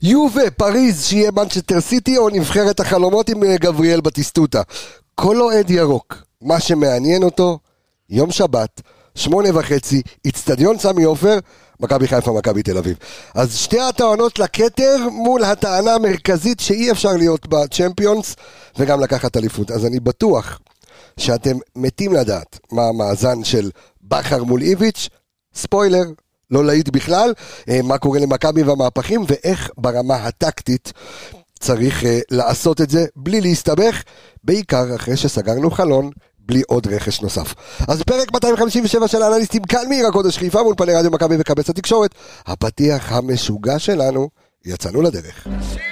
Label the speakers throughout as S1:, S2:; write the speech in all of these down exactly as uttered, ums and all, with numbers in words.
S1: יובה, פריז, שיהיה מנצ'סטר סיטי, או נבחרת החלומות עם גבריאל בטיסטוטה. כל אוהד ירוק, מה שמעניין אותו, יום שבת, שמונה וחצי, אצטדיון סמי עופר, מכבי חיפה, מכבי תל אביב. אז שתי הטענות לכתר מול הטענה המרכזית שאי אפשר להיות בצ'מפיונס וגם לקחת אליפות. אז אני בטוח שאתם מתים לדעת מה המאזן של בכר מול איביץ', ספוילר, לא להיט בכלל, מה קורה למכבי והמהפכים ואיך ברמה הטקטית צריך לעשות את זה בלי להסתבך, בעיקר אחרי שסגרנו חלון בלי עוד רכש נוסף. אז פרק מאתיים חמישים ושבע של האנליסטים כאן מעיר הקודש חיפה מול פני רדיו מכבי וקבץ התקשורת. הפתיח המשוגע שלנו, יצאנו לדרך.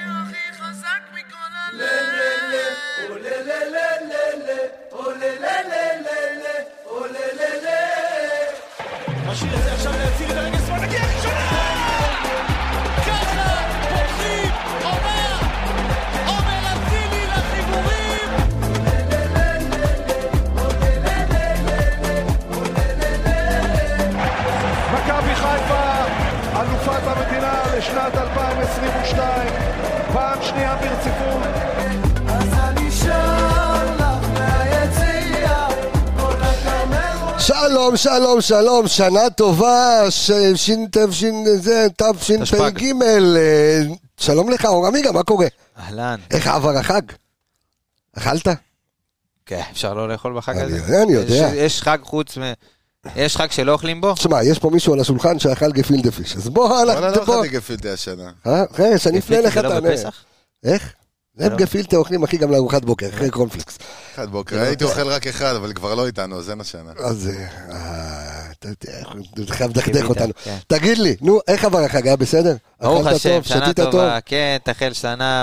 S2: אלופת המדינה לשנת אלפיים עשרים ושתיים, פעם שנייה ברציפות. אז אני שר לך מהיציאה, כל הכרמל.
S1: שלום, שלום, שלום, שנה טובה, שין תפשין זה, תפשין פ"ג. שלום לך, אור עמיגה, מה קורה?
S3: אהלן.
S1: איך עבר החג? אכלת?
S3: כן, אפשר לא לאכול בחג הזה.
S1: אני יודע, אני יודע.
S3: יש חג חוץ מ... יש חג שלא אוכלים בו?
S1: תשמע, יש פה מישהו על השולחן שאכל גפילטה פיש, אז בוא,
S4: אנחנו פה. לא אכלתי גפילטה השנה.
S1: אה? אחרי, שאני אפנה לך
S3: תענה. גפילטה זה לא בפסח?
S1: איך? הם גפילטה אוכלים אחי גם לארוחת בוקר, אחרי קורנפלקס.
S4: אחד בוקר, הייתי אוכל רק אחד, אבל כבר לא איתנו, אז אין השנה.
S1: אז, אתה חייב לדחדך אותנו. תגיד לי, נו, איך עבר החג? היה בסדר?
S3: ברוך השם, שנה טובה, כן, תחל שנה.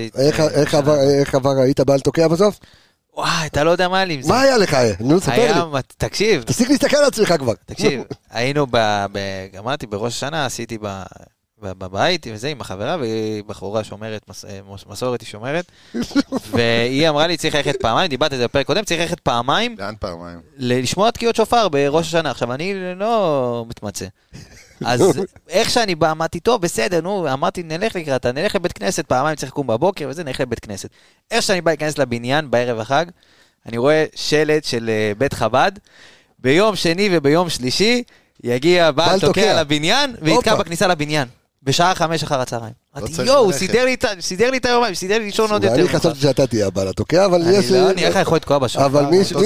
S1: איך עבר, היית בעל תוקע בסוף?
S3: וואי, אתה לא יודע מה היה לי עם זה.
S1: מה היה לך? נו, ספר לי.
S3: תקשיב.
S1: תפסיק להסתכל על עצמך כבר.
S3: תקשיב, היינו, אמרתי, בראש השנה עשיתי בבית וזה עם החברה, והיא בחורה שומרת, מסורת היא שומרת, והיא אמרה לי, צריך ללכת פעמיים, דיברתי את זה בפרק קודם, צריך ללכת פעמיים,
S4: לאן פעמיים?
S3: לשמוע תקיעות שופר בראש השנה. עכשיו, אני לא מתמצא. אז איך שאני בא, אמרתי, טוב, בסדר, נו, אמרתי, נלך לקראתה, נלך לבית כנסת, פעמיים צריך לקום בבוקר, וזה, נלך לבית כנסת. איך שאני בא להיכנס לבניין בערב החג, אני רואה שלט של בית חב"ד, ביום שני וביום שלישי, יגיע בעל תוקע לבניין, ויתקע בכניסה לבניין, בשעה חמש אחר הצהריים. אמרתי, יואו, סידר לי את היום, סידר לי לישון עוד יותר.
S1: אני חשבתי שאתה תהיה הבעל התוקע, אבל יש...
S3: אני לא, אני איך יכול לתקוע בשופר.
S1: אבל מישהו...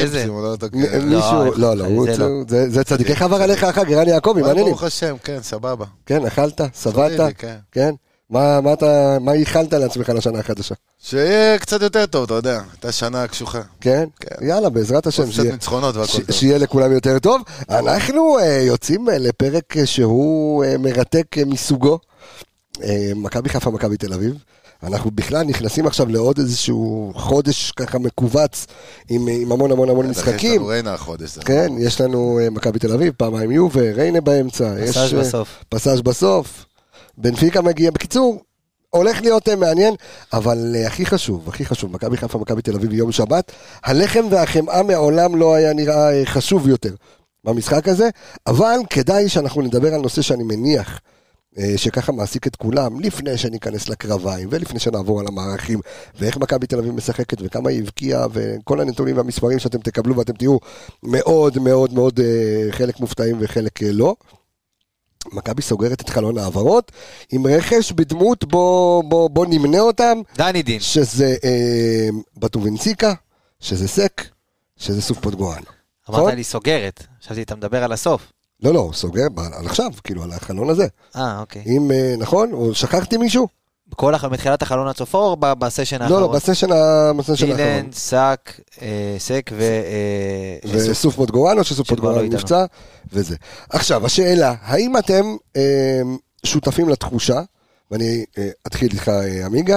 S1: לא, לא, זה צדיק. איך עבר עליך החג, ערן יעקבי, מעניינים?
S4: ברוך השם, כן, סבבה.
S1: כן, אכלת, סבלת, כן. מה ייחלת לעצמך לשנה החדשה?
S4: שיהיה קצת יותר טוב, אתה יודע, הייתה שנה קשוחה.
S1: כן? יאללה, בעזרת השם, שיהיה לכולם יותר טוב. אנחנו יוצאים לפרק שהוא מרתק מסוגו, מכבי חיפה, מכבי תל אביב. אנחנו בכלל נכנסים עכשיו לעוד איזשהו חודש ככה מקובץ עם, עם המון המון המון משחקים.
S4: יש לנו ריינה החודש.
S1: כן, יש לנו מכבי תל אביב, פעמיים יובה, ריינה באמצע.
S3: פסאז' בסוף.
S1: פסאז' בסוף. בנפיקה מגיע, בקיצור, הולך להיות מעניין, אבל הכי חשוב, הכי חשוב, מכבי חיפה, מכבי תל אביב יום שבת, הלחם והחמאה מעולם לא היה נראה חשוב יותר במשחק הזה, אבל כדאי שאנחנו נדבר על נושא שאני מניח, שככה מעסיק את כולם, לפני שניכנס לקרביים, ולפני שנעבור על המערכים, ואיך מכבי תל אביב משחקת, וכמה היא הבקיעה, וכל הנתונים והמספרים שאתם תקבלו, ואתם תהיו מאוד מאוד מאוד חלק מופתעים וחלק לא. מכבי סוגרת את חלון העברות, עם רכש בדמות בו, בו, בו נמנה אותם.
S3: דני דין.
S1: שזה אה, בטובינציקה, שזה סק, שזה סוף פוטגורן.
S3: אמרת לי סוגרת, חשבתי אתה מדבר על הסוף.
S1: לא, לא, סוגר על עכשיו, כאילו על החלון הזה.
S3: אה, אוקיי.
S1: אם, נכון? או שכחתי מישהו?
S3: בכל מתחילת החלון עד סופו, או בסשן האחרון?
S1: לא, לא, בסשן האחרון.
S3: דילן, סק, סק ו...
S1: וסוף פוטגורן, או שסוף פוטגורן נפצע, וזה. עכשיו, השאלה, האם אתם שותפים לתחושה, ואני אתחיל איתך עמיגה,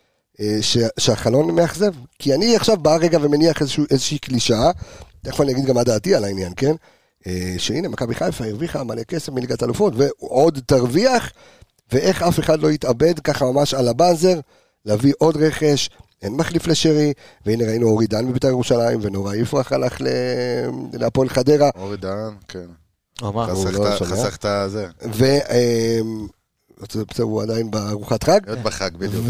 S1: שהחלון מאכזב? כי אני עכשיו בא רגע ומניח איזושהי קלישאה, תכף אני אגיד גם מה דעתי על העניין, כן? שהנה, מכבי חיפה הרוויחה מלא כסף מליגת אלופות, ועוד תרוויח, ואיך אף אחד לא יתאבד ככה ממש על הבאזר, להביא עוד רכש, אין מחליף לשרי, והנה ראינו אורי דן בבית"ר ירושלים, ונורא יפרח הלך להפועל חדרה.
S4: אורי דן, כן.
S1: הוא
S4: חסך את זה.
S1: הוא עדיין בארוחת חג.
S4: להיות בחג, בדיוק.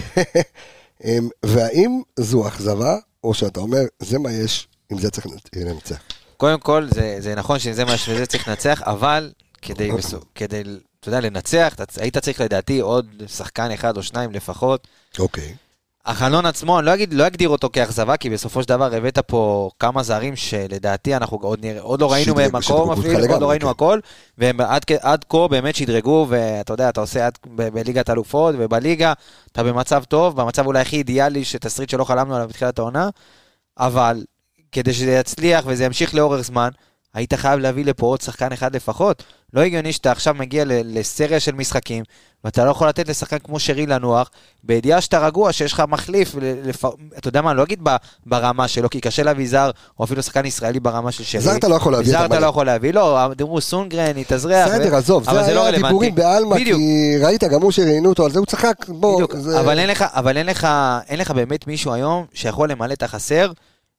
S1: והאם זו אכזבה, או שאתה אומר, זה מה יש, אם זה צריך לנצח?
S3: קודם כל, זה נכון שזה מה שזה צריך לנצח, אבל כדי, כדי, אתה יודע, לנצח, היית צריך לדעתי עוד שחקן אחד או שניים לפחות.
S1: אוקיי.
S3: החלון עצמו, אני לא אגיד, לא אגדיר אותו כאכזבה, כי בסופו של דבר הבאת פה כמה זרים שלדעתי אנחנו עוד, נרא, עוד לא ראינו מהם מקום, אפילו, עוד לא ראינו הכל, והם עד, עד כה באמת שדרגו, ואתה יודע, אתה עושה עד, ב, בליגת אלופות, ובליגה אתה במצב טוב, במצב אולי הכי אידיאלי, שתסריט שלא חלמנו עליו בתחילת העונה, אבל כדי שזה יצליח וזה ימשיך לאורך זמן, היית חייב להביא לפה עוד שחקן אחד לפחות. לא הגיוני שאתה עכשיו מגיע לסריה של משחקים, ואתה לא יכול לתת לשחקן כמו שרי לנוח, בידיעה שאתה רגוע, שיש לך מחליף, לפ... אתה יודע מה, לא אגיד ברמה שלו, כי קשה להביא זר, או אפילו שחקן ישראלי ברמה של שרי.
S1: זר אתה לא יכול להביא.
S3: זר אתה לא יכול להביא, לא, דמרו סונגרן, יתאזרח.
S1: בסדר, עזוב, זה היה דיבורים בעלמה, כי ראית גם הוא שראינו אותו, על זה הוא צחק, בוא.
S3: אבל אין לך, אבל אין לך, אין לך באמת מישהו היום, שיכול למלא את החסר,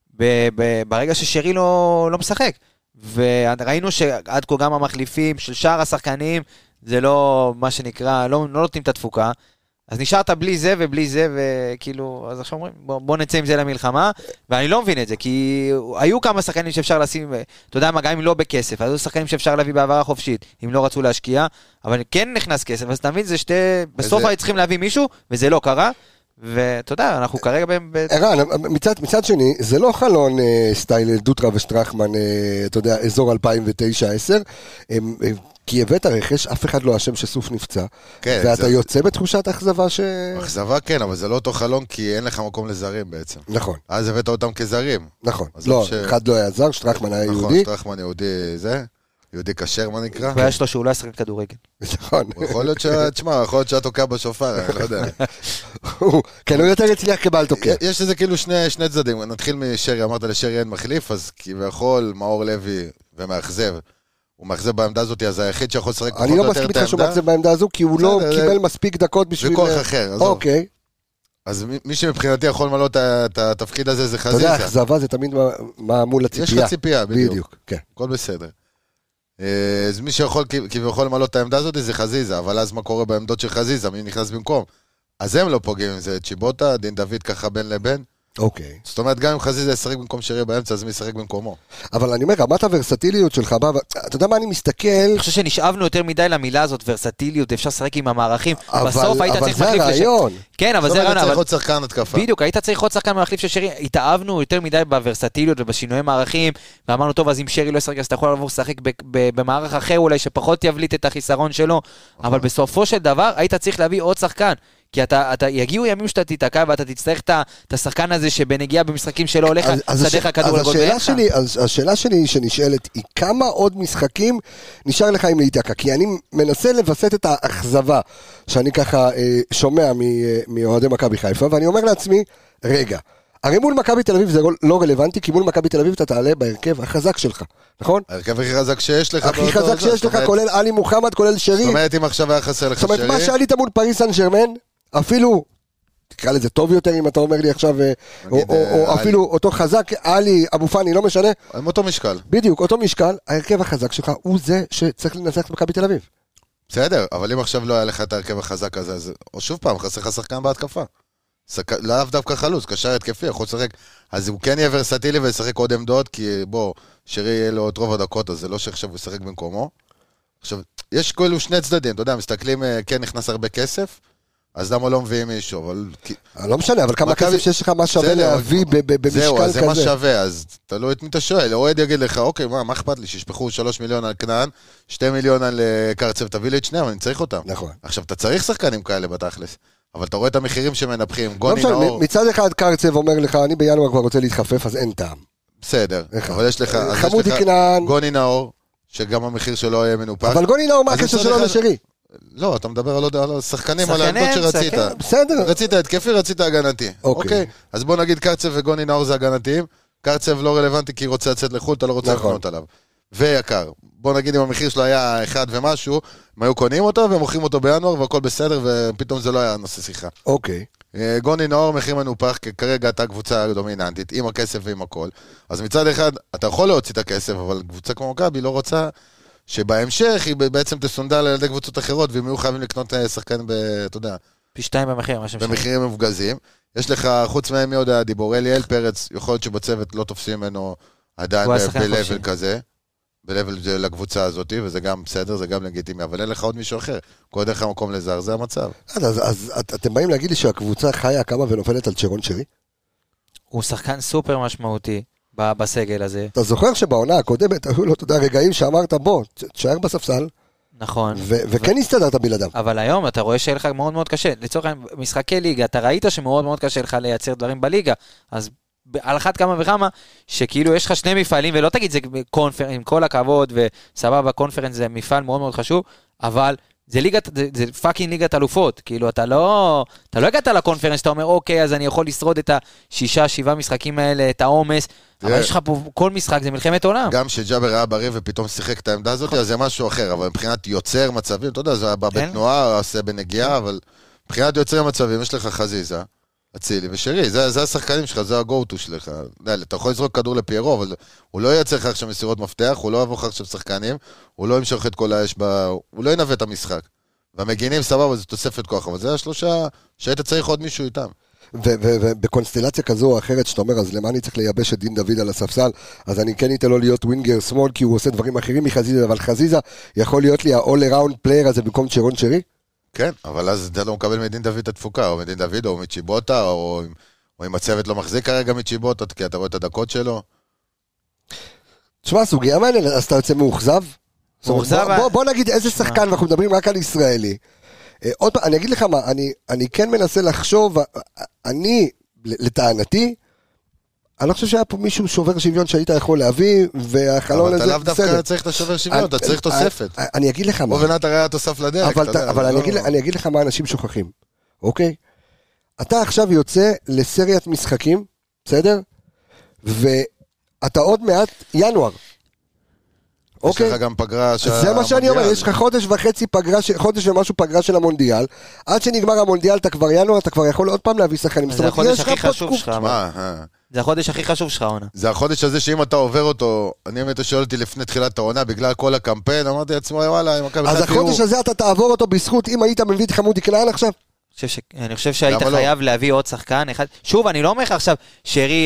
S3: ברגע ששרי לא, לא משחק. וראינו שעד כה גם המחליפים של שאר השחקנים, זה לא מה שנקרא, לא, לא נותנים את התפוקה, אז נשארת בלי זה ובלי זה, וכאילו, אז עכשיו אומרים, בוא, בוא נצא עם זה למלחמה, ואני לא מבין את זה, כי היו כמה שחקנים שאפשר לשים, אתה יודע מה, גם אם לא בכסף, אז היו שחקנים שאפשר להביא בעברה חופשית, אם לא רצו להשקיע, אבל כן נכנס כסף, אז תמיד זה שתי, בסוף היו צריכים להביא מישהו, וזה לא קרה, ואתה יודע, אנחנו כרגע
S1: ערן, מצד, מצד שני, זה לא חלון אה, סטייל דוטרה ושטרחמן, אה, אתה יודע, אזור אלפיים ותשע עשר, אה, אה, כי הבאת רכש, אף אחד לא אשם שסוף נפצע, כן, ואתה זה... יוצא בתחושת אכזבה ש...
S4: אכזבה כן, אבל זה לא אותו חלון, כי אין לך מקום לזרים בעצם.
S1: נכון.
S4: אז הבאת אותם כזרים.
S1: נכון, לא, ש... אחד לא היה זר, שטרחמן היה
S4: נכון,
S1: יהודי.
S4: נכון, שטרחמן יהודי זה... יהודי כשר, מה נקרא?
S3: ויש לו שהוא לא ישחק כדורגל.
S1: נכון.
S4: יכול להיות שאת, תשמע, יכול להיות שאת תוקע בשופר, אני לא יודע.
S1: כן, הוא יותר הצליח כבעל תוקע.
S4: יש לזה כאילו שני צדדים, נתחיל משרי, אמרת לשרי אין מחליף, אז כביכול מאור לוי ומאכזב, הוא מאכזב בעמדה הזאת, אז היחיד שיכול לשחק פחות או יותר את העמדה.
S1: אני לא מסכים איתך שהוא מאכזב בעמדה הזו, כי הוא לא קיבל מספיק דקות בשביל...
S4: זה כוח אחר, עזוב.
S1: אוקיי.
S4: אז מי שמבחינתי יכול למלא את התפקיד הזה זה חזיזה.
S1: אתה יודע, אכזבה זה תמיד מה מול הציפייה.
S4: יש לך ציפייה, בדיוק.
S1: כן.
S4: הכל בסדר. אז מי שיכול כביכול למלא את העמדה הזאת זה חזיזה, אבל אז מה קורה בעמדות של חזיזה, מי נכנס במקום? אז הם לא פוגעים עם זה, צ'יבוטה, דין דוד ככה בין לבין.
S1: אוקיי.
S4: זאת אומרת, גם אם חזיזה ישחק במקום שרי באמצע, אז מי ישחק במקומו.
S1: אבל אני אומר, רמת הוורסטיליות שלך, אתה יודע מה אני מסתכל...
S3: אני חושב שנשאבנו יותר מדי למילה הזאת, ורסטיליות, אפשר לשחק עם המערכים. בסוף היית צריך
S1: מחליף... אבל זה הרעיון.
S3: כן, אבל זה הרעיון.
S4: היית צריך עוד שחקן התקפה.
S3: בדיוק, היית צריך עוד שחקן מחליף של שרי. התאהבנו יותר מדי בוורסטיליות ובשינויי מערכים, ואמרנו, טוב, אז אם שרי לא ישחק, אז אתה יכול לבוא לשחק במערך אחר, אולי שפחות יבליט את החיסרון שלו. אבל בסופו של דבר, היית צריך להביא עוד שחקן. כי אתה, אתה, יגיעו ימים שאתה תתעקע, ואתה תצטרך את השחקן הזה שבנגיע במשחקים שלא הולך, סדך הכדור לגול ואינך.
S1: אז השאלה שלי שנשאלת היא, כמה עוד משחקים נשאר לך עם להתעקע? כי אני מנסה לבסט את האכזבה, שאני ככה אה, שומע מאוהדי מכבי חיפה, ואני אומר לעצמי, רגע, הרי מול מכבי תל אביב זה לא רלוונטי, כי מול מכבי תל אביב אתה תעלה בהרכב החזק שלך, נכון?
S4: ההרכב הכי חזק שיש לך.
S1: הכי חזק שיש לך, כולל עלי מוחמד, כולל שרי. זאת
S4: אומרת, אם עכשיו היה חסר לך שרי.
S1: זאת אומרת, מה שעלית מול פריס סן ז'רמן, אפילו, תקרא לזה טוב יותר אם אתה אומר לי עכשיו, או אפילו אותו חזק, עלי, אבו פאני, לא משנה.
S4: עם אותו משקל.
S1: בדיוק, אותו משקל, ההרכב החזק שלך הוא זה שצריך לנצח במכבי תל אביב.
S4: בסדר, אבל אם עכשיו לא היה לך את ההרכב החזק הזה, או שוב פעם, חסר לך שחקן בהתקפה. לאו דווקא חלוץ, קשר התקפי, יכול לשחק, אז הוא כן יהיה ורסטילי וישחק עוד עמדות, כי בוא, שרי יהיה לו את רוב הדקות, אז זה לא שעכשיו הוא ישחק במקומו. עכשיו, יש כאילו שני צדדים, אתה יודע, מסתכלים, כן נכנס הרבה כסף, אז למה לא מביאים מישהו, אבל...
S1: לא משנה, אבל כמה כסף שיש לך, מה שווה להביא במשקל כזה?
S4: זהו, אז זה מה שווה, אז תלוי את מי אתה שואל, אוהד יגיד לך, אוקיי, מה אכפת לי, שישפחו שלוש מיליון על כנען, שתי מיליון על קרצב, תביא לי את שניהם, אני צריך אותם.
S1: נכון.
S4: עכשיו, אתה צריך שחקנים כאלה בתכלס, אבל אתה רואה את המחירים שמנפחים, גוני נאור...
S1: מצד אחד קרצב אומר לך, אני בינואר כבר רוצה להתחפף, אז אין טעם.
S4: בסדר, אבל יש לך...
S1: חמודי כנען...
S4: גוני נאור, שגם המחיר שלו יהיה מנופח.
S1: אבל גוני נאור, מה הקשר שלו לשרי?
S4: לא, אתה מדבר על השחקנים, על העמדות שרצית.
S1: בסדר.
S4: רצית התקפי, רצית הגנתי. אוקיי. אז בוא נגיד קרצב וגוני נאור זה הגנתיים. קרצב לא רלוונטי כי רוצה לצאת לחו"ל, אתה לא רוצה לקנות עליו. ויקר. בוא נגיד אם המחיר שלו היה אחד ומשהו, הם היו קונים אותו ומוכרים אותו בינואר והכל בסדר, ופתאום זה לא היה נושא שיחה.
S1: אוקיי.
S4: גוני נאור מחיר מנופח, כי כרגע אתה קבוצה דומיננטית, עם הכסף ועם הכל. אז מצד אחד, אתה יכול להוציא את הכסף, אבל קבוצה כמו מכבי לא רוצה שבהמשך היא בעצם תסונדל על ידי קבוצות אחרות, והם יהיו חייבים לקנות שחקן, אתה יודע,
S3: פי שתיים במחיר, מה שמשנה.
S4: במחירים מבוגזים. יש לך, חוץ מהם מי יודע, דיבור, אליאל פרץ, יכול להיות שבצוות לא תופסים ממנו עדיין ב-level כזה, ב-level לקבוצה הזאת, וזה גם בסדר, זה גם לגיטימי, אבל אין לך עוד מישהו אחר. כל דרך המקום לזר, זה המצב.
S1: אז אתם באים להגיד לי שהקבוצה חיה כמה ונופלת על צ'רון שרי?
S3: הוא שחקן סופר משמעותי בסגל הזה.
S1: אתה זוכר שבעונה הקודמת, היו לו, אתה יודע, רגעים שאמרת, בוא, תשאר בספסל.
S3: נכון.
S1: וכן הסתדרת בלעדיו.
S3: אבל היום אתה רואה שיהיה לך מאוד מאוד קשה. לצורך משחקי ליגה, אתה ראית שמאוד מאוד קשה לך לייצר דברים בליגה, אז על אחת כמה וכמה, שכאילו יש לך שני מפעלים, ולא תגיד זה קונפרנס, עם כל הכבוד, וסבבה, קונפרנס זה מפעל מאוד מאוד חשוב, אבל זה ליגת, זה, זה פאקינג ליגת אלופות, כאילו אתה לא, אתה לא הגעת לקונפרנס, אתה אומר, אוקיי, אז אני יכול לשרוד את השישה, שבעה משחקים האלה, את העומס, אבל יש לך פה, כל משחק זה מלחמת עולם.
S4: גם שג'אבר היה בריא ופתאום שיחק את העמדה הזאת, אז זה משהו אחר, אבל מבחינת יוצר מצבים, אתה יודע, זה היה בתנועה, עושה בנגיעה, אבל מבחינת יוצר מצבים, יש לך חזיזה, אצילי ושרי, זה, זה השחקנים שלך, זה ה-go-to שלך. אתה יכול לזרוק כדור לפיירו, אבל הוא לא ייצר לך עכשיו מסירות מפתח, הוא לא יבוא לך עכשיו שחקנים, הוא לא ימשוך את כל האש, ב... הוא לא ינווה את המשחק. והמגינים סבבה, זה תוספת כוח, אבל זה השלושה שהיית צריך עוד מישהו איתם.
S1: ובקונסטלציה כזו או אחרת, שאתה אומר, אז למה אני צריך לייבש את דין דוד על הספסל? אז אני כן איתה לו להיות ווינגר שמאל, כי הוא עושה דברים אחרים מחזיזה, אבל חזיזה יכול להיות לי ה-all-around player הזה במקום צ'רון שרי?
S4: כן, אבל אז אתה לא מקבל מדין דוד את התפוקה, או מדין דוד, או מצ'יבוטה, או, או אם הצוות לא מחזיק כרגע מצ'יבוטה, כי אתה רואה את הדקות שלו.
S1: תשמע, סוגיה מעניין, אז אתה יוצא מאוכזב?
S3: מאוכזב?
S1: בוא, בוא, בוא נגיד איזה שחקן, ואנחנו מדברים רק על ישראלי. עוד פעם, אני אגיד לך מה, אני, אני כן מנסה לחשוב, אני, לטענתי, אני לא חושב שהיה פה מישהו שובר שוויון שהיית יכול להביא, והחלון הזה...
S4: אבל אתה לאו דווקא צריך את השובר שוויון, אתה צריך תוספת.
S1: אני אגיד לך מה...
S4: ובנת הרי התוסף לדרך,
S1: אתה יודע. אבל אני אגיד לך מה אנשים שוכחים, אוקיי? אתה עכשיו יוצא לסריית משחקים, בסדר? ואתה עוד מעט ינואר.
S4: יש לך גם פגרה של
S1: המונדיאל. זה מה שאני אומר, יש לך חודש וחצי פגרה, חודש ומשהו פגרה של המונדיאל, עד שנגמר המונדיאל, אתה כבר ינואר, אתה כבר יכול עוד פעם להביא שחקנים.
S3: זה החודש הכי חשוב שלך. זה החודש הכי חשוב שלך, עונה.
S4: זה החודש הזה שאם אתה עובר אותו, אני באמת שואל אותי לפני תחילת העונה, בגלל כל הקמפיין, אמרתי לעצמו, וואלה,
S1: אז החודש הזה אתה תעבור אותו בזכות, אם היית מביא את חמודי כנען עכשיו?
S3: אני חושב שהיית חייב להביא עוד שחקן אחד. שוב, אני לא אומר לך עכשיו, שרי...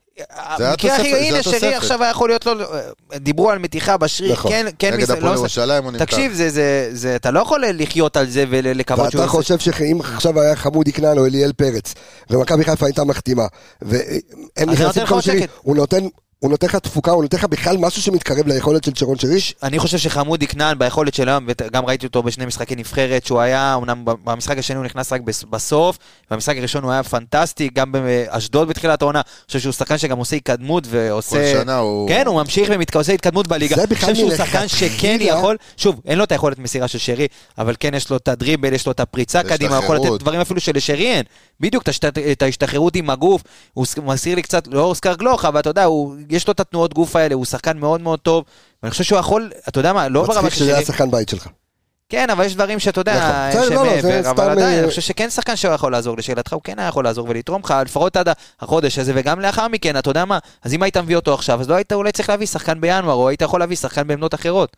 S3: המקרה הכי, הנה שרי עכשיו היה יכול להיות לו, דיברו על מתיחה בשריר, כן,
S4: נגד הפועל ירושלים הוא נמתח.
S3: תקשיב, אתה לא יכול לחיות על זה ולקוות שהוא...
S1: ואתה חושב שאם עכשיו היה חמודי כנען או אליאל פרץ, ומכבי חיפה הייתה מחתימה, והם נכנסים כל שרי, הוא נותן... הוא נותן לך תפוקה, הוא נותן לך בכלל משהו שמתקרב ליכולת של צ'רון שרי?
S3: אני חושב שחמודי כנען ביכולת של היום, וגם ראיתי אותו בשני משחקי נבחרת, שהוא היה, אמנם במשחק השני הוא נכנס רק בסוף, במשחק הראשון הוא היה פנטסטי, גם באשדוד בתחילת העונה, אני חושב שהוא שחקן שגם עושה התקדמות, ועושה...
S4: כל שנה הוא...
S3: כן, הוא ממשיך ועושה התקדמות בליגה. אני חושב שהוא שחקן שכן יכול, שוב, אין לו את היכולת מסירה של שרי, אבל כן יש לו את הדריבל, יש לו את הפריצה קדימה, יכול לתת דברים אפילו שלשרי אין. בדיוק, את ההשתחררות עם הגוף, הוא מסיר לי קצת, לא אוסקר גלוך, אבל אתה יודע, יש לו את התנועות גוף האלה, הוא שחקן מאוד מאוד טוב, ואני חושב שהוא יכול, אתה יודע מה, לא ברמה
S1: מצחיק שזה היה שחקן בית שלך.
S3: כן, אבל יש דברים שאתה יודע, אבל עדיין, אני חושב שכן שחקן שהוא יכול לעזור לשאלתך, הוא כן היה יכול לעזור ולתרום לך, לפחות עד החודש הזה, וגם לאחר מכן, אתה יודע מה, אז אם היית מביא אותו עכשיו, אז לא היית אולי צריך להביא שחקן בינואר, או היית יכול להביא שחקן בעמדות אחרות.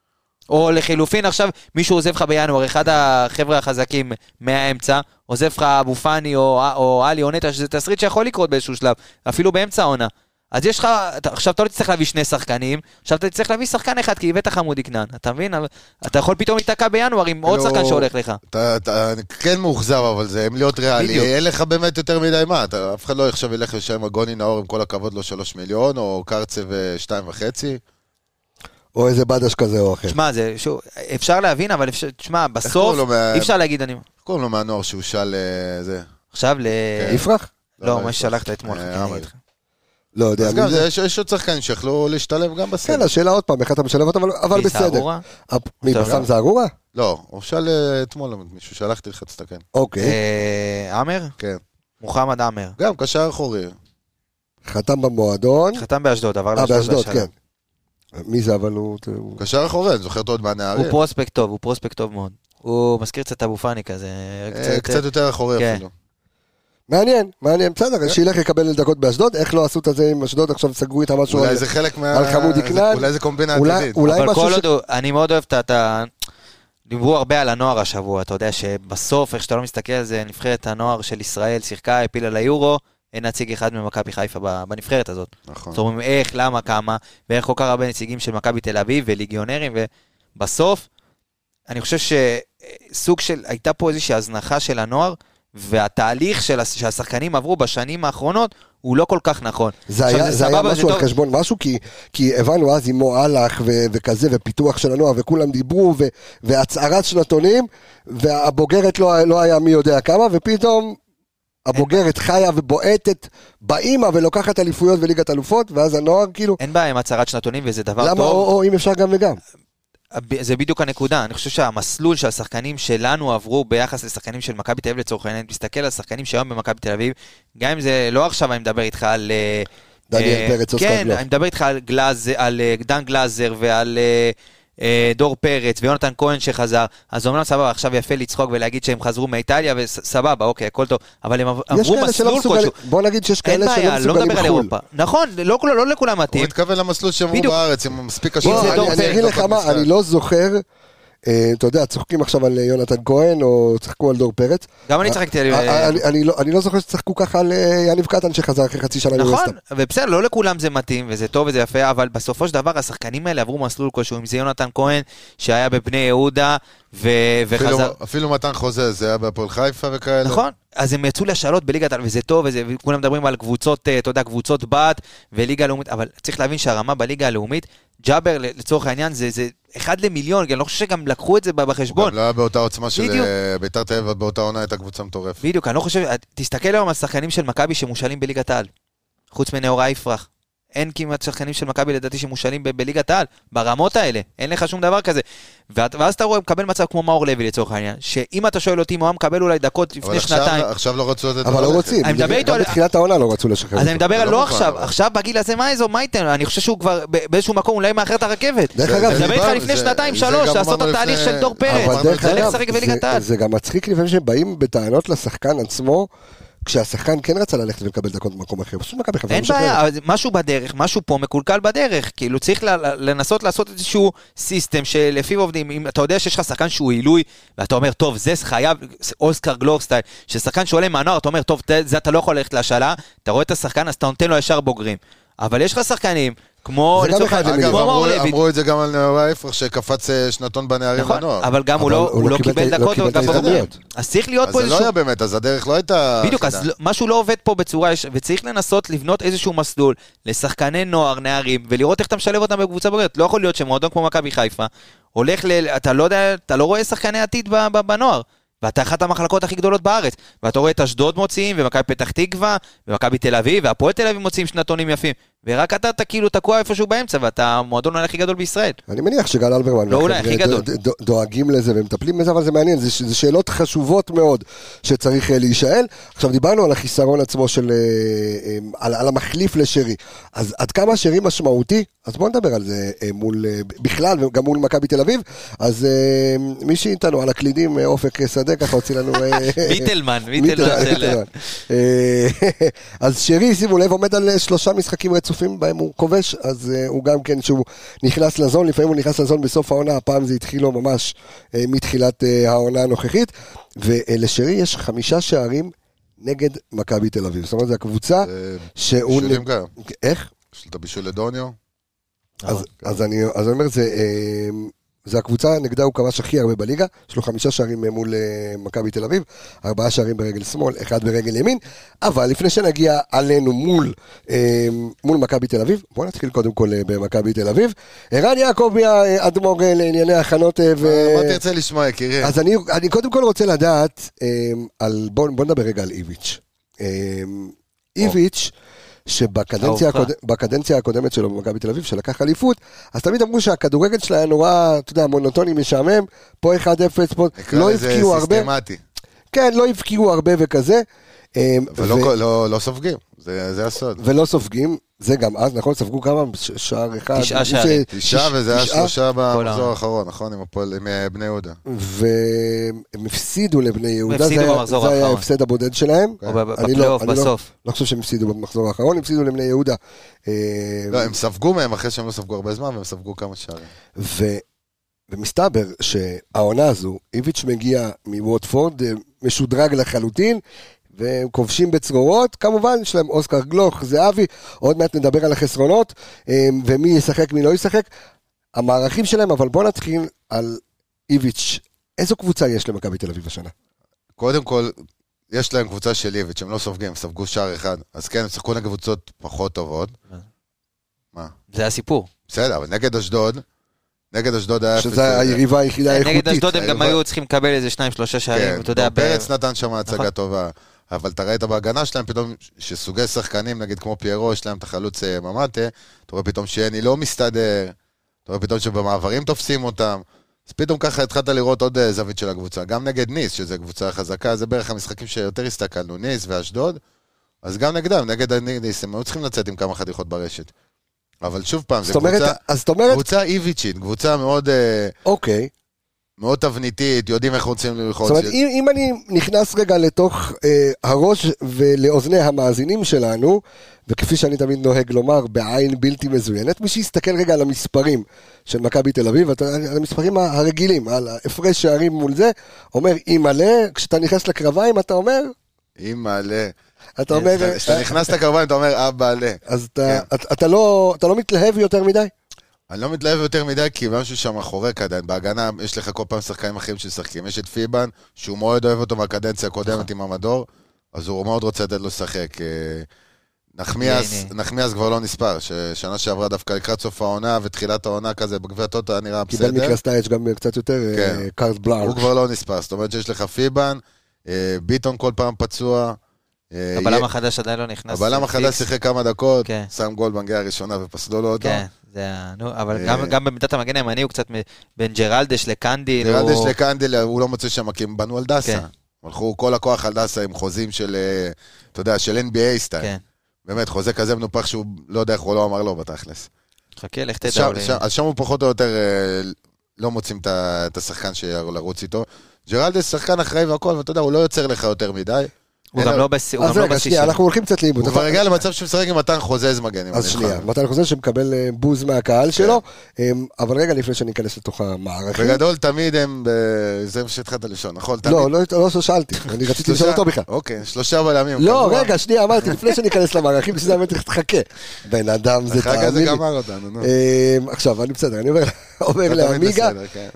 S3: או לחילופין עכשיו, מישהו עוזב לך בינואר, אחד החבר'ה החזקים מהאמצע, עוזב לך אבו פאני או אלי או נטע, שזה תסריט שיכול לקרות באיזשהו שלב, אפילו באמצע העונה. אז יש לך, עכשיו אתה לא תצטרך להביא שני שחקנים, עכשיו אתה תצטרך להביא שחקן אחד, כי הבאת חמודי כנען, אתה מבין? אתה יכול פתאום להתעקע בינואר עם עוד שחקן שהולך לך.
S4: אתה כן מאוכזב, אבל זה הם להיות ריאלי, אין לך באמת יותר מדי מה, אף אחד לא עכשיו ילך לשם הגוני נאור עם כל הכבוד לו שלוש מיליון, או קרצה ושתיים וחצי.
S1: או איזה בדש כזה או אחר.
S3: תשמע, זה, שוב, אפשר להבין, אבל אפשר, תשמע, בסוף, אי אפשר להגיד, אני...
S4: קוראים לו מהנוער שהוא שאל זה.
S3: עכשיו ל...
S1: יפרח?
S3: לא, מה ששלחת אתמול.
S1: לא יודע.
S4: אז גם, יש עוד שחקנים שיכולו להשתלב גם בסדר.
S1: כן, השאלה עוד פעם, איך אתה משלב אותם, אבל בסדר. מי, בסם זערורה?
S4: לא, הוא שאל אתמול, מישהו שלחתי לך, תסתכל.
S1: אוקיי.
S3: עמר?
S4: כן.
S3: מוחמד עמר.
S4: גם, קשר אחורי.
S1: חתם במועדון.
S3: חתם באשדוד, עבר
S1: לאשדוד באשדוד, כן. מי זה, אבל הוא...
S4: קשר אחורי, אני זוכר אותו עוד מהנערים.
S3: הוא פרוספקט טוב, הוא פרוספקט טוב מאוד. הוא מזכיר קצת אבו פאני כזה.
S4: קצת יותר אחורי אפילו.
S1: מעניין, מעניין, בסדר, שילך לקבל דקות באשדוד, איך לא עשו את זה עם אשדוד, עכשיו סגרו איתה משהו
S4: אולי זה חלק מה...
S1: על חמודי כנען.
S4: אולי זה קומבינה עתידית.
S3: אבל כל עוד, אני מאוד אוהב את ה... דיברו הרבה על הנוער השבוע, אתה יודע שבסוף, איך שאתה לא מסתכל על זה, נבחרת הנוער של ישראל שיחקה, הפילה ליורו, אין נציג אחד ממכבי חיפה בנבחרת הזאת.
S4: נכון.
S3: זאת אומרת, איך, למה, כמה, ואיך כל כך הרבה נציגים של מכבי תל אביב וליגיונרים, ובסוף, אני חושב שסוג של, הייתה פה איזושהי הזנחה של הנוער, והתהליך של שהשחקנים עברו בשנים האחרונות, הוא לא כל כך נכון.
S1: זה היה, זה היה משהו על חשבון משהו, כי, כי הבנו אז עם מו הלך ו- וכזה, ופיתוח של הנוער, וכולם דיברו, ו- והצערת שנתונים, והבוגרת לא, לא היה מי יודע כמה, ופתאום הבוגרת חיה ובועטת באימא, ולוקחת אליפויות וליגת אלופות, ואז הנוער כאילו...
S3: אין בעיה עם הצערת שנתונים, וזה דבר
S1: למה,
S3: טוב.
S1: למה, או, או אם אפשר גם וגם.
S3: זה בדיוק הנקודה, אני חושב שהמסלול שהשחקנים שלנו עברו ביחס לשחקנים של מכבי תל אביב לצורך העניין, תסתכל על שחקנים שהיום במכבי תל אביב, גם אם זה לא עכשיו אני מדבר איתך על...
S1: דניאל פרץ,
S3: כן, אני מדבר איתך על, גלאז, על דן גלאזר ועל דור פרץ ויונתן כהן שחזר, אז אומנם סבבה, עכשיו יפה לצחוק ולהגיד שהם חזרו מאיטליה, וסבבה, אוקיי, הכל טוב, אבל הם עברו מסלול כלשהו.
S1: בוא נגיד שיש כאלה שלא מסוגלים בחול.
S3: נכון, לא לכולם מתאים.
S4: הוא התכוון למסלול שהם עברו בארץ, הם מספיק קשים.
S1: אני אגיד לך מה, אני לא זוכר, אתה יודע, צוחקים עכשיו על יונתן כהן, או צחקו על דור פרץ.
S3: גם אני צחקתי על...
S1: אני לא זוכר שצחקו ככה על יניב קטן שחזר אחרי חצי שנה.
S3: נכון, ובסדר, לא לכולם זה מתאים, וזה טוב וזה יפה, אבל בסופו של דבר השחקנים האלה עברו מסלול כלשהו, אם זה יונתן כהן, שהיה בבני יהודה, וחזר...
S4: אפילו מתן חוזה, זה היה בהפועל חיפה וכאלה.
S3: נכון, אז הם יצאו לשאלות בליגת העל, וזה טוב, וכולם מדברים על קבוצות, אתה יודע, קבוצות בת וליגה לאומית, אבל צריך להבין שהרמה בליגה הלאומית, ג'אבר לצורך העניין זה, זה אחד למיליון, אני לא חושב שגם לקחו את זה בחשבון.
S4: גם לא היה באותה עוצמה של ביתר תל אביב, באותה עונה הייתה קבוצה מטורפת.
S3: בדיוק, אני לא חושב, תסתכל היום על השחקנים של מכבי שמושלים בליגת העל, חוץ מנאורה יפרח. אין כמעט שחקנים של מכבי לדעתי שמושלים בליגת העל, ברמות האלה, אין לך שום דבר כזה. ואז אתה רואה, מקבל מצב כמו מאור לוי לצורך העניין, שאם אתה שואל אותי, הוא היה מקבל אולי דקות לפני שנתיים.
S4: עכשיו לא רצו לתת...
S1: אבל לא רוצים, גם בתחילת העונה לא רצו לשחרר.
S3: אז אני מדבר על לא עכשיו, עכשיו בגיל הזה מה איזו, מה ייתן? אני חושב שהוא כבר באיזשהו מקום אולי מאחר את הרכבת.
S1: דרך אגב,
S3: אני מדבר איתך לפני שנתיים, שלוש, לעשות את התהליך של דור פרץ. זה לשחק בליגת העל.
S1: זה גם מצחיק לפעמים שבאים בטענות לשחקן עצמו, כשהשחקן כן רצה ללכת ולקבל דקות במקום אחר, פשוט מכבי חיפה.
S3: אין בעיה, משהו בדרך, משהו פה מקולקל בדרך, כאילו צריך לנסות לעשות איזשהו סיסטם שלפיו עובדים, אם אתה יודע שיש לך שחקן שהוא עילוי, ואתה אומר, טוב, זה חייב, אוסקר גלורסטייל, ששחקן שעולה מהנוער, אתה אומר, טוב, זה אתה לא יכול ללכת להשאלה, אתה רואה את השחקן, אז אתה נותן לו ישר בוגרים. אבל יש לך שחקנים, כמו...
S4: אגב, אמרו את זה גם על נאורה יפרח, שקפץ שנתון בנערים לנוער.
S3: אבל גם הוא לא קיבל דקות, אז צריך להיות פה
S4: איזשהו... אז זה לא היה באמת, אז הדרך לא הייתה...
S3: בדיוק, אז משהו לא עובד פה בצורה, וצריך לנסות לבנות איזשהו מסלול לשחקני נוער, נערים, ולראות איך אתה משלב אותם בקבוצה בוגרת. לא יכול להיות שמועדון כמו מכבי חיפה, הולך ל... אתה לא יודע, אתה לא רואה שחקני עתיד בנוער. ואתה אחת המחלקות הכי גדולות בארץ, ואתה רואה את אשדוד מוציאים, ומכבי פתח תקווה, ומכבי תל אביב, והפועל תל אביב מוציאים שנתונים יפים, ורק אתה, אתה כאילו תקוע איפשהו באמצע, ואתה המועדון הכי גדול בישראל.
S1: אני מניח שגל אלברמן,
S3: לא אולי, הכי גדול.
S1: דואגים לזה ומטפלים בזה, אבל זה מעניין, זה שאלות חשובות מאוד שצריך להישאל. עכשיו דיברנו על החיסרון עצמו של, על, על המחליף לשרי, אז עד כמה שרי משמעותי, אז בואו נדבר על זה מול, בכלל, וגם מול מכבי תל אביב, אז מי שאיתנו על הקלידים, אופק שדה, ככה הוציא לנו...
S3: מיטלמן, מיטלמן.
S1: אז שרי, שימו לב, עומד על שלושה משחקים רצופים בהם הוא כובש, אז הוא גם כן שהוא נכנס לזון, לפעמים הוא נכנס לזון בסוף העונה, הפעם זה התחיל לו ממש מתחילת העונה הנוכחית, ולשרי יש חמישה שערים נגד מכבי תל אביב, זאת אומרת, זו הקבוצה שהוא...
S4: בישולים גם.
S1: איך?
S4: יש לו את הבישול לדוניו.
S1: אז אני אומר, זה... זה הקבוצה נגדה הוא כבש הכי הרבה בליגה, יש לו חמישה שערים מול מכבי תל אביב, ארבעה שערים ברגל שמאל, אחד ברגל ימין, אבל לפני שנגיע עלינו מול, מול מכבי תל אביב, בואו נתחיל קודם כל במכבי תל אביב, ערן יעקב מהאדמו"ר לענייני הכנות.
S4: מה תרצה לשמוע, יקירי?
S1: אז אני, אני קודם כל רוצה לדעת, על, בואו בוא נדבר רגע על איביץ'. איביץ', שבקדנציה הקוד... בקדנציה הקודמת שלו במכבי תל אביב, שלקח אליפות, אז תמיד אמרו שהכדורגל שלה היה נורא, אתה יודע, מונוטוני משעמם, פה אחד אפס, פה לא הבקיעו הרבה.
S4: סיסטמטי.
S1: כן, לא הבקיעו הרבה וכזה.
S4: ולא ו... לא, לא סופגים, זה, זה הסוד.
S1: ולא סופגים, זה גם אז, נכון, ספגו כמה? שער אחד.
S3: תשעה שערים.
S4: תשעה, וזה היה שלושה במחזור האחרון, נכון? עם בני יהודה.
S1: והם הפסידו לבני יהודה, זה
S3: במחזור
S1: היה
S3: האחרון.
S1: ההפסד הבודד שלהם.
S3: או בפלייאוף בסוף.
S1: לא חושב שהם הפסידו במחזור האחרון, הם הפסידו לבני יהודה.
S4: לא, הם ספגו מהם אחרי שהם לא ספגו הרבה זמן, והם ספגו כמה שערים.
S1: ומסתבר שהעונה הזו, איביץ' מגיע מווטפורד, משודרג לחלוטין, והם כובשים בצרורות, כמובן יש להם אוסקר גלוך, זהבי, עוד מעט נדבר על החסרונות, ומי ישחק, מי לא ישחק, המערכים שלהם, אבל בואו נתחיל על איביץ', איזו קבוצה יש למכבי תל אביב השנה?
S4: קודם כל, יש להם קבוצה של איביץ', הם לא סופגים, הם ספגו שער אחד, אז כן, הם שחקו נגד קבוצות פחות טובות. מה?
S3: זה הסיפור.
S4: בסדר, אבל נגד אשדוד, נגד אשדוד היה...
S1: שזה היריבה היחידה האיכותית.
S3: נגד אשדוד הם גם היו צריכים לקבל איזה שניים, שלושה שערים, אתה יודע...
S4: פרץ נתן שם הצגה טובה, אבל אתה ראית בהגנה שלהם פתאום, שסוגי שחקנים, נגיד כמו פיירו, יש להם את החלוץ ממטה, אתה רואה פתאום שאני לא מסתדר, אתה רואה פתאום שבמעברים תופסים אותם, אז פתאום ככה התחלת לראות עוד זווית של הקבוצה, גם נגד ניס, שזו קבוצה חזקה, זה בערך המשחקים שיותר הסתכלנו, ניס ואשדוד, אז גם נגדם, נגד ניס, הם היו צריכים לצאת עם כמה חתיכות ברשת. אבל שוב פעם, זו קבוצה איביצ'ית, קבוצה מאוד...
S1: אוקיי.
S4: מאוד תבניתית, יודעים איך רוצים ללחוץ.
S1: זאת אומרת, אם, אם אני נכנס רגע לתוך אה, הראש ולאוזני המאזינים שלנו, וכפי שאני תמיד נוהג לומר, בעין בלתי מזוינת, מי שיסתכל רגע על המספרים של מכבי תל אביב, על המספרים הרגילים, על הפרש שערים מול זה, אומר, אם מלא, כשאתה נכנס לקרביים, אתה אומר...
S4: אם מלא.
S1: אתה אומר...
S4: כשאתה נכנס לקרביים, אתה אומר, אבא מלא.
S1: אז אתה, אתה, אתה, לא, אתה לא מתלהב יותר מדי?
S4: אני לא מתלהב יותר מדי, כי משהו שם חורק עדיין, בהגנה יש לך כל פעם שחקנים אחרים ששחקים, יש את פיבן, שהוא מאוד אוהב אותו מהקדנציה הקודמת עם המדור, אז הוא מאוד רוצה לתת לו לשחק. נחמיאס כבר לא נספר, ששנה שעברה דווקא לקראת סוף העונה, ותחילת העונה כזה, בגביע הטוטו נראה בסדר.
S1: קיבל מקרסטייץ' גם קצת יותר, קארט בלאנק.
S4: הוא כבר לא נספר, זאת אומרת שיש לך פיבן, ביטון כל פעם פצוע,
S3: הבלם החדש עדיין לא נכנס.
S4: הבלם החדש שיחק כמה דקות, שם גול בנגיעה הראשונה ופסלו לו אותו.
S3: אבל גם במידת המגן הימני הוא קצת בין ג'רלדש לקנדיל.
S4: ג'רלדש לקנדיל, הוא לא מוצא שם, כי הם בנו על דסה. הלכו כל הכוח על דסה עם חוזים של, אתה יודע, של אן בי איי סטייל. באמת, חוזה כזה מנופח שהוא לא יודע איך הוא לא אמר לו בתכלס.
S3: חכה, לך תדע.
S4: אז שם הוא פחות או יותר לא מוצאים את השחקן שירוץ איתו. ג'רלדש שחקן אחראי והכל, ואתה יודע, הוא לא יוצר לך יותר מדי.
S3: הוא גם לא בסיס.
S1: אז רגע, שנייה, אנחנו הולכים קצת לאיבוד.
S4: הוא כבר הגיע למצב שמשחק עם מתן חוזז מגן.
S1: אז שנייה, מתן חוזז שמקבל בוז מהקהל שלו, אבל רגע לפני שאני אכנס לתוך המערכים.
S4: בגדול תמיד הם, זה מה שהתחלת לשאול, נכון?
S1: לא, לא שאלתי, אני רציתי לשאול אותו בכלל.
S4: אוקיי, שלושה בלמים.
S1: לא, רגע, שנייה, אמרתי, לפני שאני אכנס למערכים, שזה באמת תחכה. בן אדם זה תאמין לי.
S4: אחר כך זה גמר אותנו,
S1: עכשיו, אני בסדר, אני עובר לאמיגה.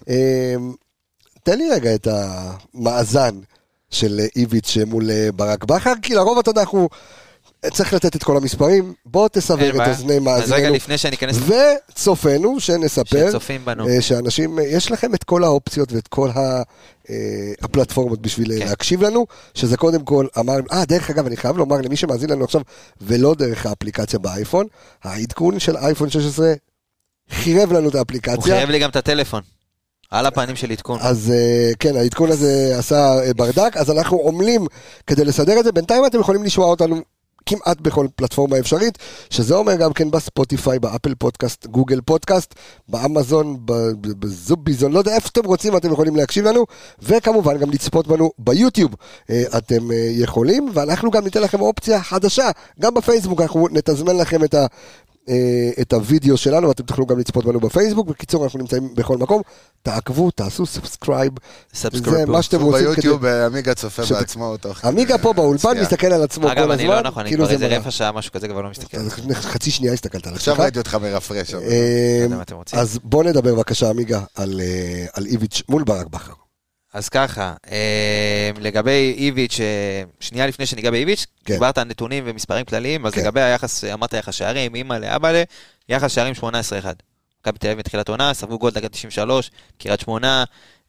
S1: תן לי רגע את המאזן של איביץ' מול ברק בכר, כי לרוב אתה יודע, אנחנו צריך לתת את כל המספרים, בוא תסבר את אוזני מאזיננו.
S3: אז רגע לפני שאני אכנס...
S1: וצופנו, שנספר,
S3: שצופים בנו.
S1: שאנשים, יש לכם את כל האופציות ואת כל הפלטפורמות בשביל להקשיב לנו, שזה קודם כל אמר, אה, דרך אגב, אני חייב לומר למי שמאזין לנו עכשיו, ולא דרך האפליקציה באייפון, העדכון של אייפון שש עשרה חירב לנו את האפליקציה.
S3: הוא חירב לי גם את הטלפון. על הפנים של עדכון.
S1: אז כן, העדכון הזה עשה ברדק, אז אנחנו עומלים כדי לסדר את זה. בינתיים אתם יכולים לשמוע אותנו כמעט בכל פלטפורמה אפשרית, שזה אומר גם כן בספוטיפיי, באפל פודקאסט, גוגל פודקאסט, באמזון, בזוביזון, לא יודע איפה אתם רוצים, אתם יכולים להקשיב לנו, וכמובן גם לצפות בנו ביוטיוב אתם יכולים, ואנחנו גם ניתן לכם אופציה חדשה, גם בפייסבוק, אנחנו נתזמן לכם את ה... את הוידאו שלנו, ואתם תוכלו גם לצפות בנו בפייסבוק. בקיצור, אנחנו נמצאים בכל מקום. תעקבו, תעשו סאבסקרייב. זה מה שאתם רוצים.
S4: ביוטיוב, אמיגה צופה בעצמו.
S1: אמיגה פה באולפן מסתכל על עצמו כל הזמן.
S3: אגב, אני לא נכון, אני כבר איזה רבע שעה, משהו כזה כבר לא מסתכל.
S1: חצי שנייה הסתכלת על עצמך.
S4: עכשיו ראיתי אותך מרפרש.
S1: אז בוא נדבר בבקשה, אמיגה, על איביץ' מול ברק בכר.
S3: אז ככה, לגבי איביץ', שנייה לפני שניגע באיביץ', דיברת על נתונים ומספרים כלליים, אז לגבי היחס, אמרת יחס שערים, אימא לאבא לה, יחס שערים שמונה עשרה אחד. מכבי תל אביב מתחילת עונה, ספגו גול דקה תשעים ושלוש, קריית שמונה,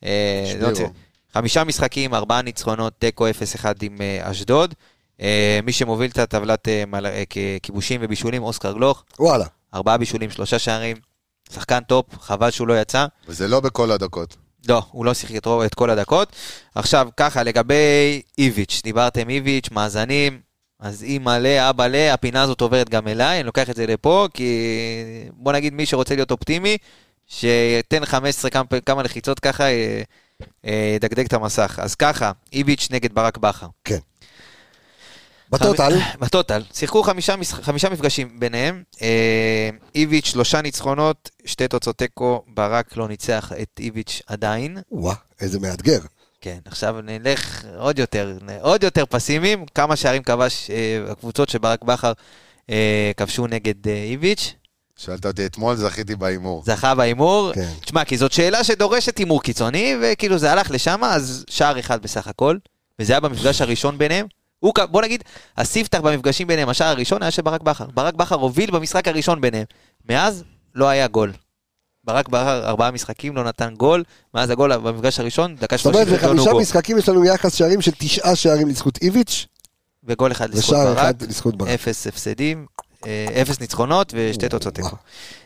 S3: חמישה משחקים, ארבעה ניצחונות, תיקו אפס אחד עם אשדוד, מי שמוביל את הטבלת כיבושים ובישולים, אוסקר גלוך,
S1: וואלה.
S3: ארבעה בישולים, שלושה שערים, שחקן טופ, חבל שהוא לא יצא.
S4: וזה לא בכל הדקות.
S3: לא, הוא לא שיחק את כל הדקות. עכשיו, ככה, לגבי איביץ', דיברתם איביץ', מאזנים, אז אם מלא, אבא מלא, הפינה הזאת עוברת גם אליי, אני לוקח את זה לפה, כי בוא נגיד מי שרוצה להיות אופטימי, שתן חמש עשרה כמה, כמה לחיצות ככה, ידגדג את המסך. אז ככה, איביץ' נגד ברק בכר.
S1: כן. בטוטל?
S3: בטוטל. שיחקו חמישה, חמישה מפגשים ביניהם. איביץ' שלושה ניצחונות, שתי תוצאות תיקו, ברק לא ניצח את איביץ' עדיין.
S1: וואה, איזה מאתגר.
S3: כן, עכשיו נלך עוד יותר, עוד יותר פסימיים. כמה שערים כבש הקבוצות שברק בכר כבשו נגד איביץ'?
S4: שאלת אותי אתמול, זכיתי באימור.
S3: זכה באימור.
S1: כן.
S3: תשמע, כי זאת שאלה שדורשת אימור קיצוני, וכאילו זה הלך לשם, אז שער אחד בסך הכל, וזה היה במפגש הראשון ביניהם. הוא, בוא נגיד, הספתח במפגשים ביניהם, השער הראשון היה של ברק בכר. ברק בכר הוביל במשחק הראשון ביניהם. מאז לא היה גול. ברק בכר ארבעה משחקים לא נתן גול, מאז הגול במפגש הראשון, דקה
S1: זאת אומרת, בחמישה משחקים יש לנו יחס שערים של תשעה שערים לזכות איביץ'
S3: וגול אחד לזכות
S1: ושער
S3: ברק,
S1: אחד לזכות ברק.
S3: אפס הפסדים, אפס ניצחונות ושתי תוצאות תיקו.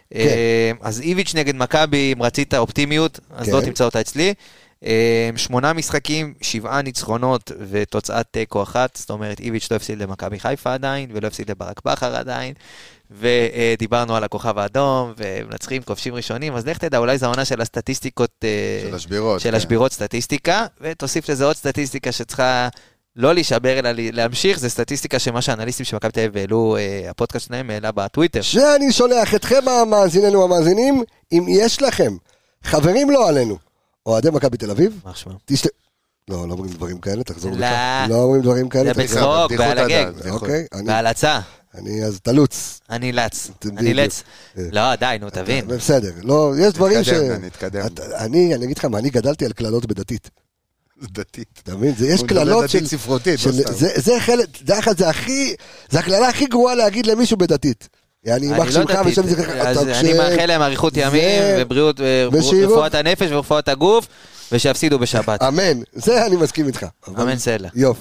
S3: אז איביץ' נגד מכבי, אם רצית אופטימיות, אז לא תמצא אותה אצלי. שמונה משחקים, שבעה ניצחונות ותוצאת תיקו אחת, זאת אומרת איביץ' לא הפסיד למכבי חיפה עדיין, ולא הפסיד לברק בכר עדיין, ודיברנו על הכוכב האדום, ומנצחים כובשים ראשונים, אז לך תדע, אולי זו העונה של הסטטיסטיקות,
S4: של השבירות,
S3: של השבירות סטטיסטיקה, ותוסיף לזה עוד סטטיסטיקה שצריכה לא להישבר אלא להמשיך, זה סטטיסטיקה שמה שהאנליסטים של מכבי תל אביב העלו, הפודקאסט שלהם העלה בטוויטר.
S1: שאני שולח אתכם המאזיננו המאזינים, אם יש לכם חברים לא עלינו, אוהדי מכבי תל אביב, תשת... לא, לא אומרים דברים כאלה, תחזור לך. לא אומרים דברים כאלה.
S3: זה בצחוק, בעל הגג.
S1: אוקיי.
S3: בעל הצעה.
S1: אני אז תלוץ.
S3: אני לץ. אני לץ. לא, די, נו, תבין.
S1: בסדר. לא, יש דברים ש...
S4: נתקדם.
S1: אני, אני אגיד לך מה, אני גדלתי על כללות בדתית.
S4: דתית.
S1: אתה מבין? יש כללות של...
S4: דתית ספרותית.
S1: זה חלק, זה הכי, זה הכללה הכי גרועה להגיד למישהו בדתית.
S3: אני לא דתית, אז אני מאחל להם אריכות ימים ובריאות ורפואת הנפש ורפואת הגוף ושיפסידו בשבת.
S1: אמן, זה אני מסכים איתך.
S3: אמן סלע.
S1: יופי.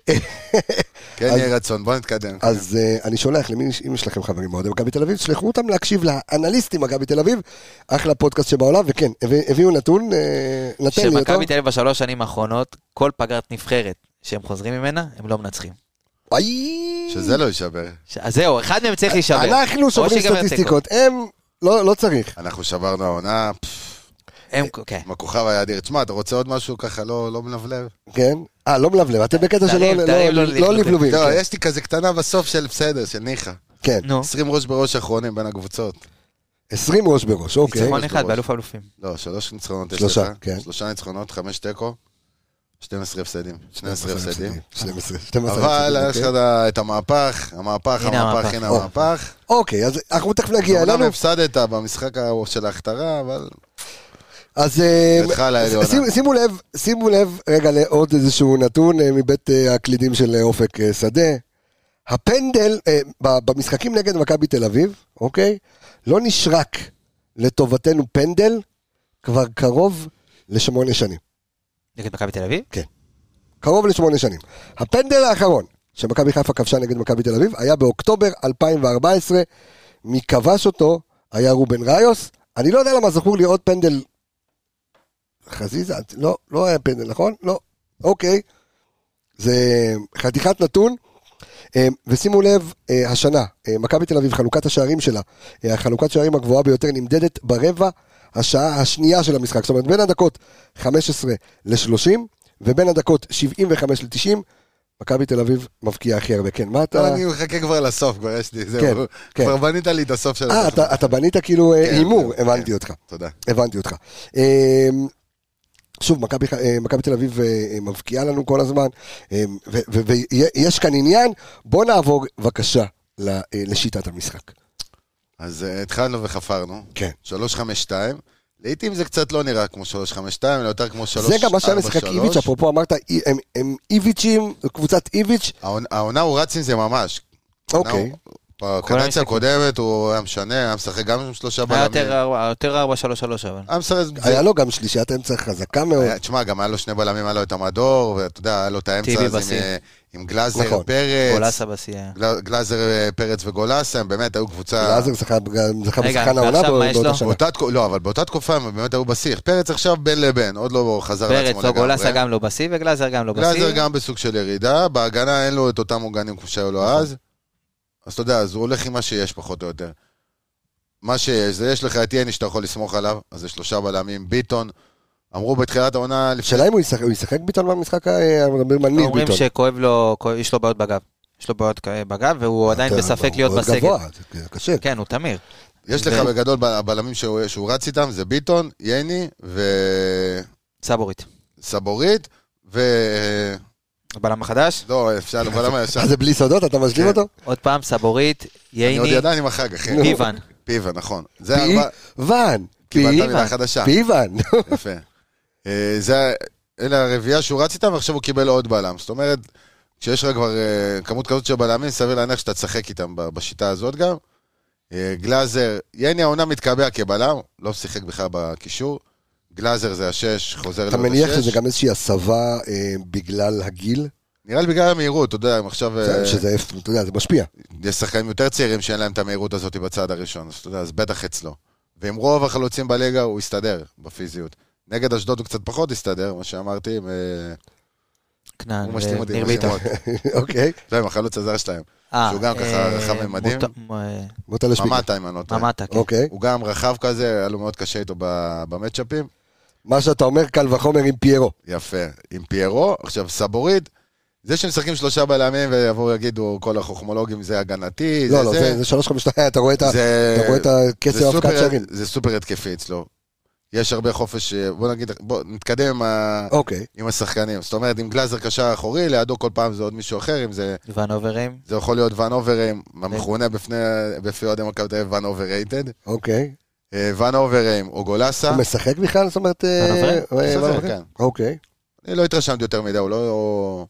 S4: כן, יהיה רצון, בוא נתקדם.
S1: אז אני שולח למי, אם יש לכם חברים מאוד מכבי תל אביב, שלחו אותם להקשיב לאנליסטים מכבי תל אביב, אחלה פודקאסט שבעולם, וכן, הביאו נתון, נתן לי אותו.
S3: שמכבי תל אביב בשלוש שנים האחרונות, כל פגרת נבחרת שהם חוזרים ממנה, הם לא מנצחים.
S4: שזה לא יישבר.
S3: אז זהו, אחד מהם צריך להישבר.
S1: אנחנו שוברים סטטיסטיקות, הם לא צריך.
S4: אנחנו שברנו העונה,
S3: הם, כן.
S4: עם הכוכב היה אדיר. תשמע, אתה רוצה עוד משהו ככה לא מלבלב?
S1: כן. אה, לא מלבלב, אתם בקטע שלא לבלובים.
S4: לא, יש לי כזה קטנה בסוף של בסדר, של ניחה.
S1: כן.
S4: עשרים ראש בראש האחרונים בין הקבוצות.
S1: עשרים ראש בראש, אוקיי.
S3: ניצחון אחד, באלוף אלופים.
S4: לא, שלוש ניצחונות.
S1: שלושה, כן.
S4: שלושה ניצחונות, חמש תיקו. שנים עשרה הפסדים, שנים עשרה הפסדים.
S1: אבל
S4: יש לך את המהפך, המהפך, המהפך, הנה המהפך.
S1: אוקיי, אז אנחנו תכף נגיע אלינו.
S4: אומנם הפסדת במשחק של ההכתרה, אבל...
S1: אז שימו לב, שימו לב רגע לעוד איזשהו נתון מבית הקלידים של אופק שדה. הפנדל, במשחקים נגד מכבי תל אביב, אוקיי? לא נשרק לטובתנו פנדל כבר קרוב לשמונה שנים.
S3: נגד מכבי תל אביב?
S1: כן. קרוב לשמונה שנים. הפנדל האחרון שמכבי חיפה כבשה נגד מכבי תל אביב היה באוקטובר אלפיים וארבע עשרה. מי כבש אותו היה רובן ראיוס. אני לא יודע למה זכור לי עוד פנדל חזיזה. לא, לא היה פנדל, נכון? לא. אוקיי. זה חתיכת נתון. ושימו לב, השנה, מכבי תל אביב, חלוקת השערים שלה, החלוקת שערים הגבוהה ביותר נמדדת ברבע השעה השנייה של המשחק, זאת אומרת בין הדקות חמש עשרה לשלושים ובין הדקות שבעים וחמש לתשעים, מכבי תל אביב מבקיעה הכי הרבה. כן, מה אתה...
S4: אני מחכה כבר לסוף, כבר יש לי, זהו, כבר בנית לי את הסוף של הסוף.
S1: אה, אתה בנית כאילו הימור, הבנתי אותך.
S4: תודה.
S1: הבנתי אותך. שוב, מכבי תל אביב מבקיעה לנו כל הזמן, ויש כאן עניין, בוא נעבור בבקשה לשיטת המשחק.
S4: אז התחלנו וחפרנו.
S1: כן.
S4: שלוש חמש שתיים. לעתים זה קצת לא נראה כמו שלוש חמש שתיים, אלא יותר כמו שלוש ארבע שלוש.
S1: זה גם מה שהיה משחק איביץ', אפרופו אמרת, הם איביצ'ים, קבוצת איביץ'.
S4: העונה הוא רץ עם זה ממש.
S1: אוקיי.
S4: בקדנציה הקודמת הוא היה משנה, היה משחק גם עם שלושה בלמים.
S3: היה יותר ארבע שלוש שלוש אבל.
S1: היה לו גם שלישיית אמצע חזקה מאוד.
S4: תשמע, גם היה לו שני בלמים, היה לו את המדור, ואתה יודע, היה לו את האמצע עם גלאזר, פרץ.
S3: גולסה בסייה.
S4: גלאזר, פרץ וגולסה, הם באמת היו קבוצה...
S1: גלאזר זכה בשחקן העונה באותה שנה.
S4: לא, אבל באותה תקופה הם באמת היו בשיח. פרץ עכשיו בין לבין, עוד לא חזר לעצמו לגמרי.
S3: פרץ, גולסה גם לא בשיא, וגלאזר גם לא בשיא.
S4: גלאזר גם בסוג של ירידה, בהגנה אין לו את אותם מוגנים כמו שהיו לו אז. אז אתה יודע, אז הוא הולך עם מה שיש פחות או יותר. מה שיש, זה יש לך את יני שאתה יכול לסמוך עליו, אז זה שלושה בלמים, ביטון, אמרו בתחילת העונה...
S1: שאלה אם הוא ישחק ביטון במשחק,
S3: אומרים שכואב לו, יש לו בעיות בגב. יש לו בעיות בגב, והוא עדיין בספק להיות בסגל.
S1: זה קשה.
S3: כן, הוא תמיר.
S4: יש לך בגדול הבלמים שהוא רץ איתם, זה ביטון, יני ו...
S3: סבורית.
S4: סבורית, ו...
S3: הבלם החדש?
S4: לא, אפשר, הבלם הישן.
S1: זה בלי סודות, אתה משלים אותו?
S3: עוד פעם, סבורית, ייני.
S4: אני עוד ידעני עם החג, אחי.
S3: פיוון.
S4: פיוון, נכון.
S1: פיוון.
S4: קיבלת מילה חדשה.
S1: פיוון.
S4: יפה. זה, אלה הרביעה שהוא רץ איתם, ועכשיו הוא קיבל עוד בלם. זאת אומרת, כשיש לך כבר כמות כזאת של בלמים, סביר להניח שאתה תשחק איתם בשיטה הזאת גם. גלאזר, ייני העונה מתקבע כבלם, לא שיחק בכלל בקישור. גלאזר זה השש, חוזר
S1: אתה מניח שזה גם איזושהי הסבה בגלל הגיל?
S4: נראה לי בגלל המהירות, אתה יודע, אם עכשיו...
S1: שזה, אתה יודע, זה משפיע.
S4: יש שחקנים יותר צעירים שאין להם את המהירות הזאת בצד הראשון, אז אתה יודע, אז בטח אצלו. ועם רוב החלוצים בליגה הוא יסתדר בפיזיות. נגד אשדוד הוא קצת פחות יסתדר, מה שאמרתי,
S3: כנען,
S4: הוא משלים אותי
S3: ניר ביטון.
S1: אוקיי.
S4: לא, עם החלוץ הזר שלהם. שהוא גם ככה רחב ממדים.
S1: מוטה לשפיגל.
S4: ממטה, אם אני לא טועה.
S3: ממטה, כן.
S1: אוקיי.
S4: הוא גם רחב כזה, היה לו מאוד קשה איתו במצ'אפים.
S1: מה שאתה אומר, קל וחומר עם פיירו.
S4: יפה, עם פיירו. עכשיו, סבורית, זה שמשחקים שלושה בלמים ויבואו יגידו כל החוכמולוגים זה הגנתי.
S1: לא, לא, זה שלוש חמש שתיים, אתה רואה את הקצב הפקת שערים.
S4: זה סופר התקפי אצלו. יש הרבה חופש, בוא נגיד, בוא נתקדם עם השחקנים. זאת אומרת, עם גלאזר קשר אחורי, לידו כל פעם זה עוד מישהו אחר, אם זה...
S3: ון אוברים.
S4: זה יכול להיות ון אוברים, המכונה בפי אוהדי מכבי תל אביב ון אוברייטד.
S1: אוקיי.
S4: ון אוברים או גולסה.
S1: הוא משחק בכלל? זאת אומרת...
S4: ון אוברים? כן.
S1: אוקיי.
S4: אני לא התרשמתי יותר מדי, הוא לא...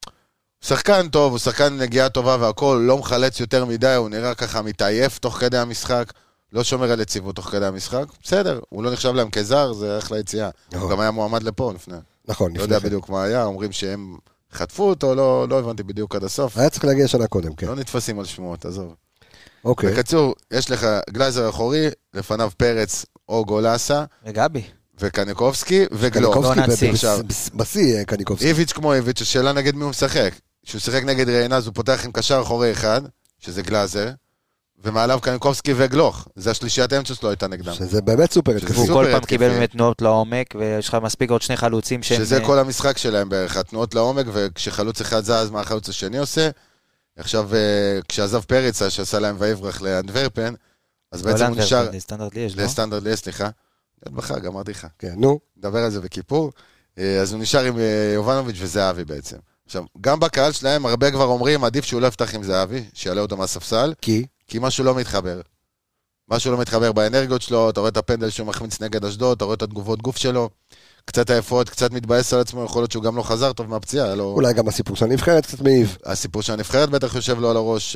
S4: שחקן טוב, הוא שחקן נגיעה טובה והכל, לא מחלץ יותר מדי, הוא נראה ככה מתעייף תוך כדי המשחק, לא שומר על יציבות תוך כדי המשחק, בסדר, הוא לא נחשב להם כזר, זה אחלה יציאה. הוא גם היה מועמד לפה לפני.
S1: נכון, לפני.
S4: לא יודע בדיוק מה היה, אומרים שהם חטפו אותו, לא הבנתי בדיוק עד הסוף.
S1: היה צריך להגיע שנה קודם, כן.
S4: לא נתפסים על שמועות, עזוב.
S1: אוקיי.
S4: בקיצור, יש לך גלאזר אחורי, לפניו פרץ או גולסה.
S3: וגבי.
S4: וקניקובסקי וגלור.
S1: קניקובסקי בשיא קניקובסקי.
S4: איביץ' כמו איביץ', השאלה נגד מי הוא משחק. כשהוא שיחק נגד ריינה, אז הוא פותח עם קשר אחורי אחד, שזה גלאזר, ומעליו קניקובסקי וגלוך. זה השלישיית האמצע שלו הייתה נגדם.
S1: שזה באמת סופר התקפי.
S3: הוא כל פעם קיבל באמת תנועות לעומק, ויש לך מספיק עוד שני חלוצים שהם...
S4: שזה כל המשחק שלהם בערך, התנועות לעומק, וכשחלוץ אחד זז, מה החלוץ השני עושה. עכשיו, כשעזב פריצה, שעשה להם ויברח לאנדוורפן, אז בעצם הוא נשאר...
S3: לסטנדרט ליאז', לא?
S4: לסטנדרט ליאז', סליחה. יד בחג, אמרתי לך.
S1: כן, נו.
S4: נדבר על זה בכיפור. אז הוא נשאר עם יובנוביץ' וזהבי בעצם. עכשיו, גם בקהל שלהם, הרבה כבר אומרים, עדיף שהוא לא יפתח עם זהבי, שיעלה אותו מהספסל.
S1: כי?
S4: כי משהו לא מתחבר. משהו לא מתחבר באנרגיות שלו, אתה רואה את הפנדל שהוא מחמיץ נגד אשדוד, אתה רואה את התגובות גוף שלו, קצת עייפות, קצת מתבאס על עצמו, יכול להיות שהוא גם לא חזר טוב מהפציעה. לא...
S1: אולי גם הסיפור של הנבחרת קצת מעיב.
S4: הסיפור של הנבחרת בטח יושב לו על הראש.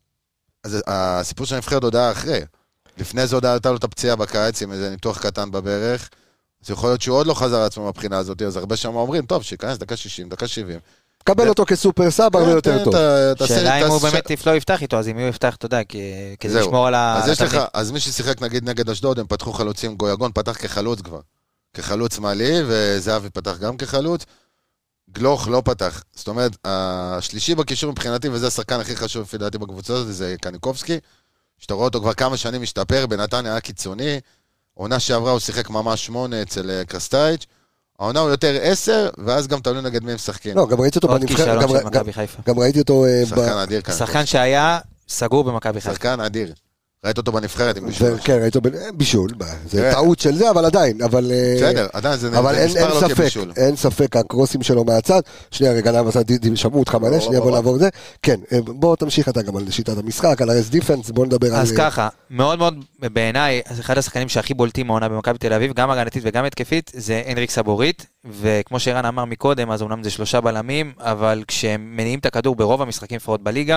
S4: אז הסיפור של הנבחרת הודעה אחרי. לפני זה הודעה עלתה לו את הפציעה בקיץ, עם איזה ניתוח קטן בברך. אז יכול להיות שהוא עוד לא חזר על עצמו מהבחינה הזאת, אז הרבה שם אומרים, טוב, שיכנס דקה שישים, דקה שבעים.
S1: קבל אותו כסופר סאב הרבה יותר טוב.
S3: שאלה אם הוא באמת לא יפתח איתו, אז אם הוא יפתח, אתה יודע, כדי לשמור על ה...
S4: אז מי ששיחק נגיד נגד אשדוד, הם פתחו חלוצים, גויגון פתח כחלוץ כבר. כחלוץ מעלי, וזהבי פתח גם כחלוץ. גלוך לא פתח. זאת אומרת, השלישי בקישור מבחינתי, וזה השחקן הכי חשוב לפי דעתי בקבוצה הזאת, זה קניקובסקי, שאתה רואה אותו כבר כמה שנים משתפר, בנתניה היה קיצוני, עונה שעברה הוא שיחק ממש שמונה אצל קרסטייץ', העונה הוא יותר עשר, ואז גם תלוי נגד מי הם משחקים.
S1: לא, גם ראיתי אותו בנבחרת, גם ראיתי אותו...
S4: שחקן אדיר כאן.
S3: שחקן שהיה סגור במכבי חיפה.
S4: שחקן אדיר. ראית אותו בנבחרת עם בישול.
S1: כן, ראית אותו בישול. זה טעות של זה, אבל עדיין.
S4: בסדר, עדיין זה מספר לא כבישול.
S1: אין ספק, הקרוסים שלו מהצד. שנייה, רגע, שמעו אותך מלא, שנייה, בוא נעבור זה. כן, בוא תמשיך אתה גם על שיטת המשחק, על הרס דיפנס, בוא נדבר על...
S3: אז ככה, מאוד מאוד בעיניי, אחד השחקנים שהכי בולטים מהעונה במכבי תל אביב, גם הגנתית וגם התקפית, זה הנריק סבורית, וכמו שערן אמר מקודם, אז אומנם זה שלושה בלמים, אבל כשהם מניעים את הכדור ברוב המשחקים לפחות בליגה,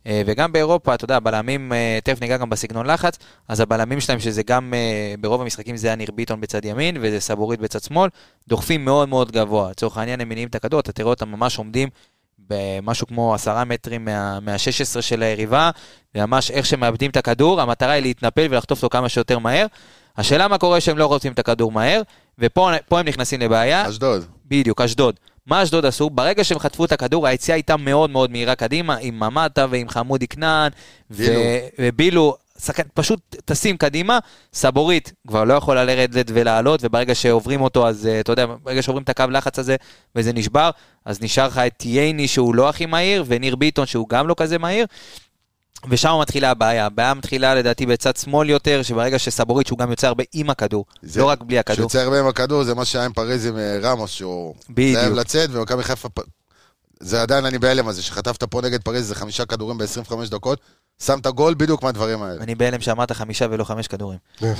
S3: וגם באירופה, אתה יודע, הבלמים, תכף ניגע גם בסגנון לחץ, אז הבלמים שלהם, שזה גם ברוב המשחקים זה היה ניר ביטון בצד ימין, וזה סבורית בצד שמאל, דוחפים מאוד מאוד גבוה. לצורך העניין הם מניעים את הכדור, אתה תראה אותם ממש עומדים במשהו כמו עשרה מטרים מה, מה-שש עשרה של היריבה, וממש איך שמאבדים את הכדור, המטרה היא להתנפל ולחטוף אותו כמה שיותר מהר. השאלה מה קורה שהם לא חוטפים את הכדור מהר, ופה הם נכנסים לבעיה.
S4: אשדוד.
S3: בדיוק, אשדוד. מה אשדוד עשו? ברגע שהם חטפו את הכדור, היציאה הייתה מאוד מאוד מהירה קדימה, עם ממטה ועם חמודי כנען, ובילו, פשוט תשים קדימה, סבורית כבר לא יכולה לרדת ולעלות, וברגע שעוברים אותו, אז אתה יודע, ברגע שעוברים את הקו לחץ הזה, וזה נשבר, אז נשאר לך את ייני שהוא לא הכי מהיר, וניר ביטון שהוא גם לא כזה מהיר, ושם מתחילה הבעיה, הבעיה מתחילה לדעתי בצד שמאל יותר, שברגע שסבורית שהוא גם יוצא הרבה עם הכדור, זה, לא רק בלי הכדור.
S4: שיוצא הרבה עם הכדור, זה מה שהיה עם פריז עם רמוס, שהוא חייב לצאת, ומכבי חיפה, זה עדיין אני בהלם הזה, שחטפת פה נגד פריז, זה חמישה כדורים ב-עשרים וחמש דקות, שמת גול בדיוק מהדברים האלה.
S3: אני בהלם שאמרת חמישה ולא חמש כדורים.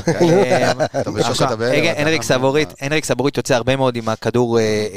S3: הנריק סבורית יוצא הרבה מאוד עם הכדור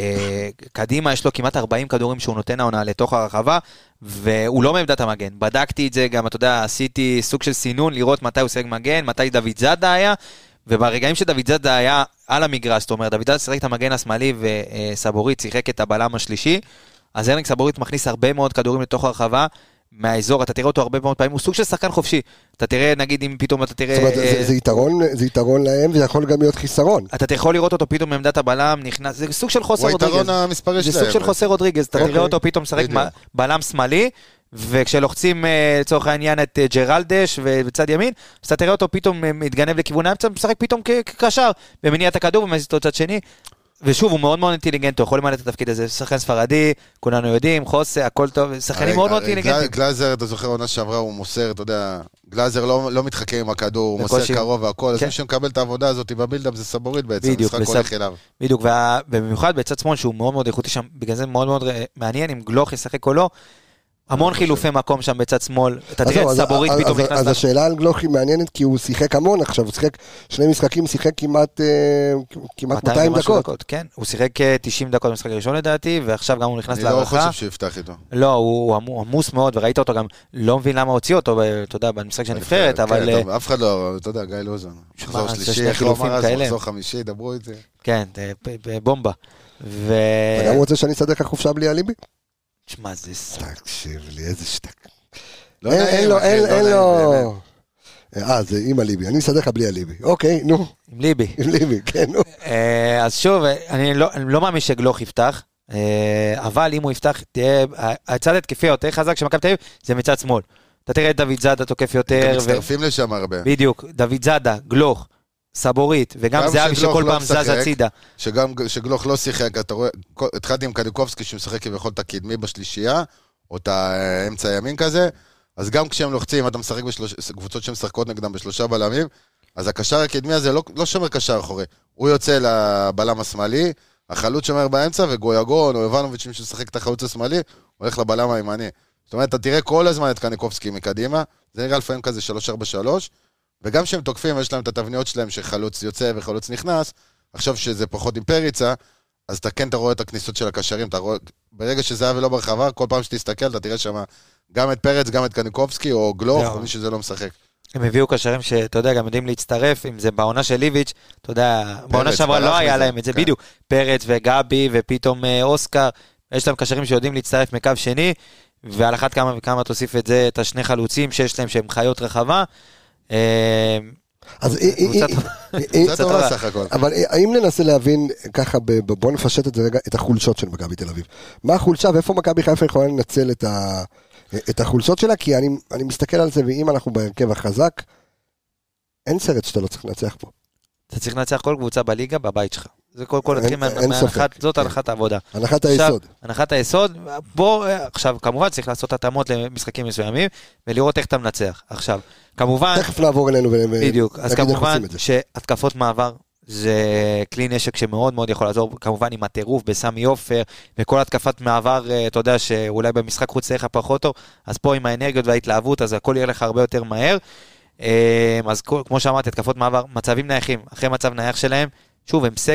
S3: קדימה, יש לו כמעט ארבעים כדורים שהוא נותן העונה לתוך הרחבה, והוא לא מעמדת המגן. בדקתי את זה גם, אתה יודע, עשיתי סוג של סינון, לראות מתי הוא שיחק מגן, מתי דוד זאדה היה, וברגעים שדוד זאדה היה על המגרש, זאת אומרת, דוד זאדה שיחק את המגן השמאלי, וסבורית שיחק את הבלם השלישי, אז הנריק סבורית מכניס הרבה מאוד כדורים לתוך הרחבה, מהאזור, אתה תראה אותו הרבה מאוד פעמים, הוא סוג של שחקן חופשי, אתה תראה, נגיד, אם פתאום אתה תראה...
S1: זאת אומרת, זה יתרון, זה יתרון להם, וזה יכול גם להיות חיסרון.
S3: אתה יכול לראות אותו פתאום מעמדת הבלם, נכנס, זה סוג של חוסר רודריגז.
S4: הוא היתרון המספרי שלהם.
S3: זה סוג של חוסר רודריגז, אתה תראה אותו פתאום שחק בלם שמאלי, וכשלוחצים לצורך העניין את ג'רלדש ובצד ימין, אז אתה תראה אותו פתאום מתגנב לכיוון האמצע, משחק פתאום כקשר, ומניע את הכדור ומזיז אותו צד שני. ושוב, הוא מאוד מאוד אינטליגנט, הוא יכול למלא את התפקיד הזה, שחקן ספרדי, כולנו יודעים, חוסה, הכל טוב, שחקנים מאוד מאוד אינטליגנטים.
S4: גלאזר, אתה זוכר, עונה שעברה, הוא מוסר, אתה יודע, גלאזר לא מתחכה עם הכדור, הוא מוסר קרוב והכל, אז מי שמקבל את העבודה הזאת בבילדאפ זה סבורית בעצם, משחק הולך אליו.
S3: בדיוק, ובמיוחד בצד שמאל, שהוא מאוד מאוד איכותי שם, בגלל זה מאוד מאוד מעניין, אם גלוך ישחק או לא, המון חילופי מקום שם בצד שמאל, אתה תראה את סבורית פתאום נכנס.
S1: אז השאלה על גלוך היא מעניינת, כי הוא שיחק המון עכשיו, הוא שיחק שני משחקים, שיחק כמעט מאתיים דקות.
S3: כן, הוא שיחק תשעים דקות במשחק הראשון לדעתי, ועכשיו גם הוא נכנס
S4: להערכה. אני לא חושב שיפתח איתו.
S3: לא, הוא עמוס מאוד, וראית אותו גם, לא מבין למה הוציא אותו, אתה יודע, במשחק שנבחרת, אבל...
S4: אף אחד לא, אתה יודע, גיא לוזון. מחזור שלישי, איך לא אמר אז, מחזור חמישי, דברו איתי.
S3: כן, בומבה.
S1: וגם רוצה שאני אסדר לך חופשה בלי אליבי?
S3: תשמע, זה...
S1: תקשיב לי, איזה שטק.
S4: לא נעים,
S1: אין לו, אין לו... אה, זה עם הליבי, אני אסדר לך בלי הליבי. אוקיי, נו.
S3: עם ליבי.
S1: עם ליבי, כן, נו.
S3: אז שוב, אני לא מאמין שגלוך יפתח, אבל אם הוא יפתח, תהיה... הצד התקפי יותר חזק שמכבי תל אביב, זה מצד שמאל. אתה תראה את דוד זאדה תוקף יותר.
S4: הם מצטרפים לשם הרבה.
S3: בדיוק, דוד זאדה, גלוך. סבורית, וגם זהבי שכל פעם זז הצידה.
S4: שגם שגלוך לא שיחק, אתה רואה, התחלתי עם קניקובסקי שמשחק כביכול את הקדמי בשלישייה, או את האמצע הימין כזה, אז גם כשהם לוחצים, אתה משחק בקבוצות שמשחקות נגדם בשלושה בלמים, אז הקשר הקדמי הזה לא, לא שומר קשר אחורי, הוא יוצא לבלם השמאלי, החלוץ שומר באמצע, וגויגון או יובנוביץ' שמשחק את החלוץ השמאלי, הולך לבלם הימני. זאת אומרת, אתה תראה כל הזמן את קניקובסקי מקדימה, זה נראה לפעמים כזה שלוש ארבע שלוש, וגם שהם תוקפים, יש להם את התבניות שלהם שחלוץ יוצא וחלוץ נכנס, עכשיו שזה פחות עם פריצה, אז אתה כן, אתה רואה את הכניסות של הקשרים, אתה רואה, ברגע שזהבי לא ברחבה, כל פעם שתסתכל, אתה תראה שם גם את פרץ, גם את קניקובסקי, או גלוך, או מי שזה לא משחק.
S3: הם הביאו קשרים שאתה יודע, גם יודעים להצטרף, אם זה בעונה של ליביץ', אתה יודע, בעונה שעברה לא היה להם את זה, בדיוק, פרץ וגבי, ופתאום אוסקר, יש להם קשרים שיודעים להצטרף מקו שני, ועל אחת כמה וכמה תוסיף את זה, את השני חלוצים שיש להם שהם חיות רחבה,
S1: אז
S4: קבוצה טובה סך הכל.
S1: אבל האם ננסה להבין ככה, בוא נפשט את זה רגע, את החולשות של מכבי תל אביב. מה החולשה ואיפה מכבי חיפה יכולה לנצל את החולשות שלה? כי אני מסתכל על זה, ואם אנחנו בהרכב החזק, אין סרט שאתה לא צריך לנצח פה.
S3: אתה צריך לנצח כל קבוצה בליגה בבית שלך. זה כל כל התחיל מהנחת, זאת הנחת העבודה.
S1: הנחת היסוד.
S3: הנחת היסוד, בוא, עכשיו, כמובן צריך לעשות התאמות למשחקים מסוימים, ולראות איך אתה מנצח. עכשיו, כמובן...
S1: תכף לעבור אלינו ונגיד
S3: בדיוק, אז כמובן שהתקפות מעבר, זה כלי נשק שמאוד מאוד יכול לעזור, כמובן עם הטירוף בסמי אופר, וכל התקפת מעבר, אתה יודע שאולי במשחק חוץ צריך פחות טוב, אז פה עם האנרגיות וההתלהבות, אז הכל יהיה לך הרבה יותר מהר. אז כמו שאמרתי, התקפות מעבר, מצבים נייחים, אחרי מצב נייח שלהם, שוב, הם סגל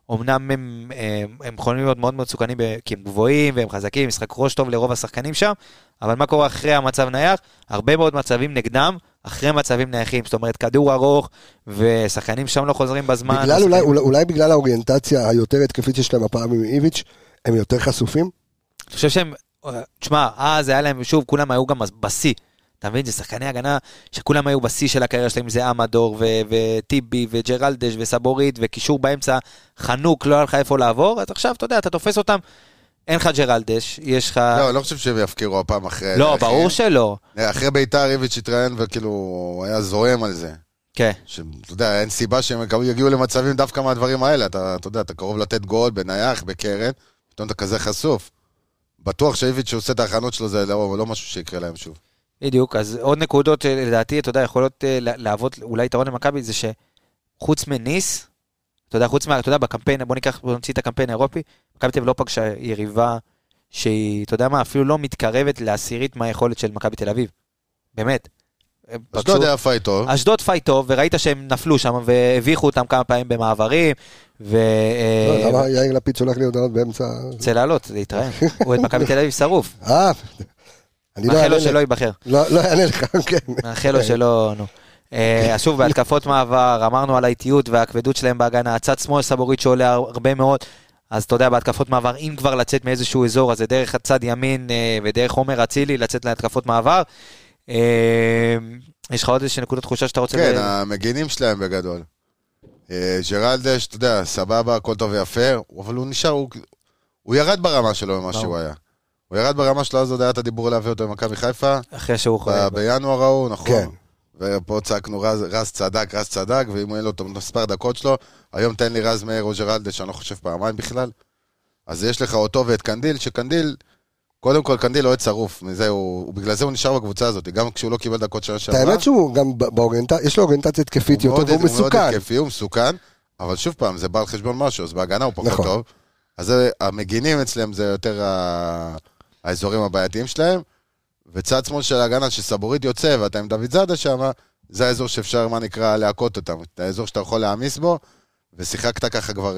S3: אמנם הם, הם, הם יכולים להיות מאוד מאוד סוכנים, כי הם גבוהים והם חזקים, משחק ראש טוב לרוב השחקנים שם, אבל מה קורה אחרי המצב נייח? הרבה מאוד מצבים נגדם, אחרי מצבים נייחים, זאת אומרת, כדור ארוך, ושחקנים שם לא חוזרים בזמן.
S1: בגלל, אולי, אולי, אולי בגלל האוריינטציה היותר התקפית שיש להם הפעם עם איביץ', הם יותר חשופים?
S3: אני חושב שהם, תשמע, אז היה להם, שוב, כולם היו גם בסי, אתה מבין, זה שחקני הגנה שכולם היו בשיא של הקריירה שלהם, זה אמדור ו- וטיבי וג'רלדש וסבורית וקישור באמצע, חנוק, לא היה לך איפה לעבור, אז עכשיו, אתה יודע, אתה תופס אותם, אין לך ג'רלדש, יש לך...
S4: לא, אני לא חושב שהם יפקירו הפעם אחרי...
S3: לא, ברור שלא.
S4: אחרי ביתר איביץ' התראיין וכאילו היה זוהם על זה.
S3: כן.
S4: אתה יודע, אין סיבה שהם יגיעו למצבים דווקא מהדברים האלה, אתה יודע, אתה קרוב לתת גול בנייח, בקרן, פתאום אתה כזה חשוף. בטוח שאיביץ' שעושה את ההכנות שלו זה לא, לא משהו שיקרה להם שוב.
S3: בדיוק, אז עוד נקודות לדעתי, אתה יודע, יכולות לעבוד אולי יתרון למכבי, זה שחוץ מניס, אתה יודע, חוץ מה, אתה יודע, בקמפיין, בוא ניקח, בוא נוציא את הקמפיין האירופי, מכבי תל אביב לא פגשה יריבה שהיא, אתה יודע מה, אפילו לא מתקרבת לעשירית מהיכולת של מכבי תל אביב. באמת.
S4: אשדוד היה פייט טוב.
S3: אשדוד פייט טוב, וראית שהם נפלו שם, והביכו אותם כמה פעמים במעברים, ו...
S1: לא, למה יאיר לפיד שולח לי הודעות באמצע...
S3: רוצה לעלות, להתראה. הוא את מכבי תל אביב שרוף.
S1: אה...
S3: מאחל לו שלא ייבחר.
S1: לא, לא יענה לך, כן.
S3: מאחל לו שלא, נו. אז שוב, בהתקפות מעבר, אמרנו על האיטיות והכבדות שלהם בהגנה, הצד שמאל סבורית שעולה הרבה מאוד, אז אתה יודע, בהתקפות מעבר, אם כבר לצאת מאיזשהו אזור, אז זה דרך הצד ימין ודרך עומר אצילי, לצאת להתקפות מעבר. יש לך עוד איזושהי נקודת תחושה שאתה רוצה...
S4: כן, המגינים שלהם בגדול. ג'רלדש, אתה יודע, סבבה, הכל טוב ויפה, אבל הוא נשאר, הוא ירד ברמה שלו ממה שהוא היה. הוא ירד ברמה שלו, אז עוד היה את הדיבור להביא אותו במכבי חיפה.
S3: אחרי שהוא חולה.
S4: בינואר ההוא, נכון.
S1: כן.
S4: ופה צעקנו רז צדק, רז צדק, ואם אין לו את מספר דקות שלו, היום תן לי רז מאיר או ג'רלדש, שאני לא חושב פעמיים בכלל. אז יש לך אותו ואת קנדיל, שקנדיל, קודם כל קנדיל לא צרוף, ובגלל זה הוא נשאר בקבוצה הזאת, גם כשהוא לא קיבל דקות שנה שעברה.
S1: האמת שהוא גם באוריינטציה, יש לו אוריינטציה התקפית יותר, והוא מסוכן. הוא
S4: מאוד התקפי, הוא מסוכן, אבל שוב פעם, זה בא על חשבון משהו, אז בהגנה הוא פחות טוב. אז המגינים אצלם זה יותר האזורים הבעייתיים שלהם, וצד שמאל של ההגנה שסבורית יוצא, ואתה עם דוד זאדה שם, זה האזור שאפשר, מה נקרא, להכות אותם. זה האזור שאתה יכול להעמיס בו, ושיחקת ככה כבר,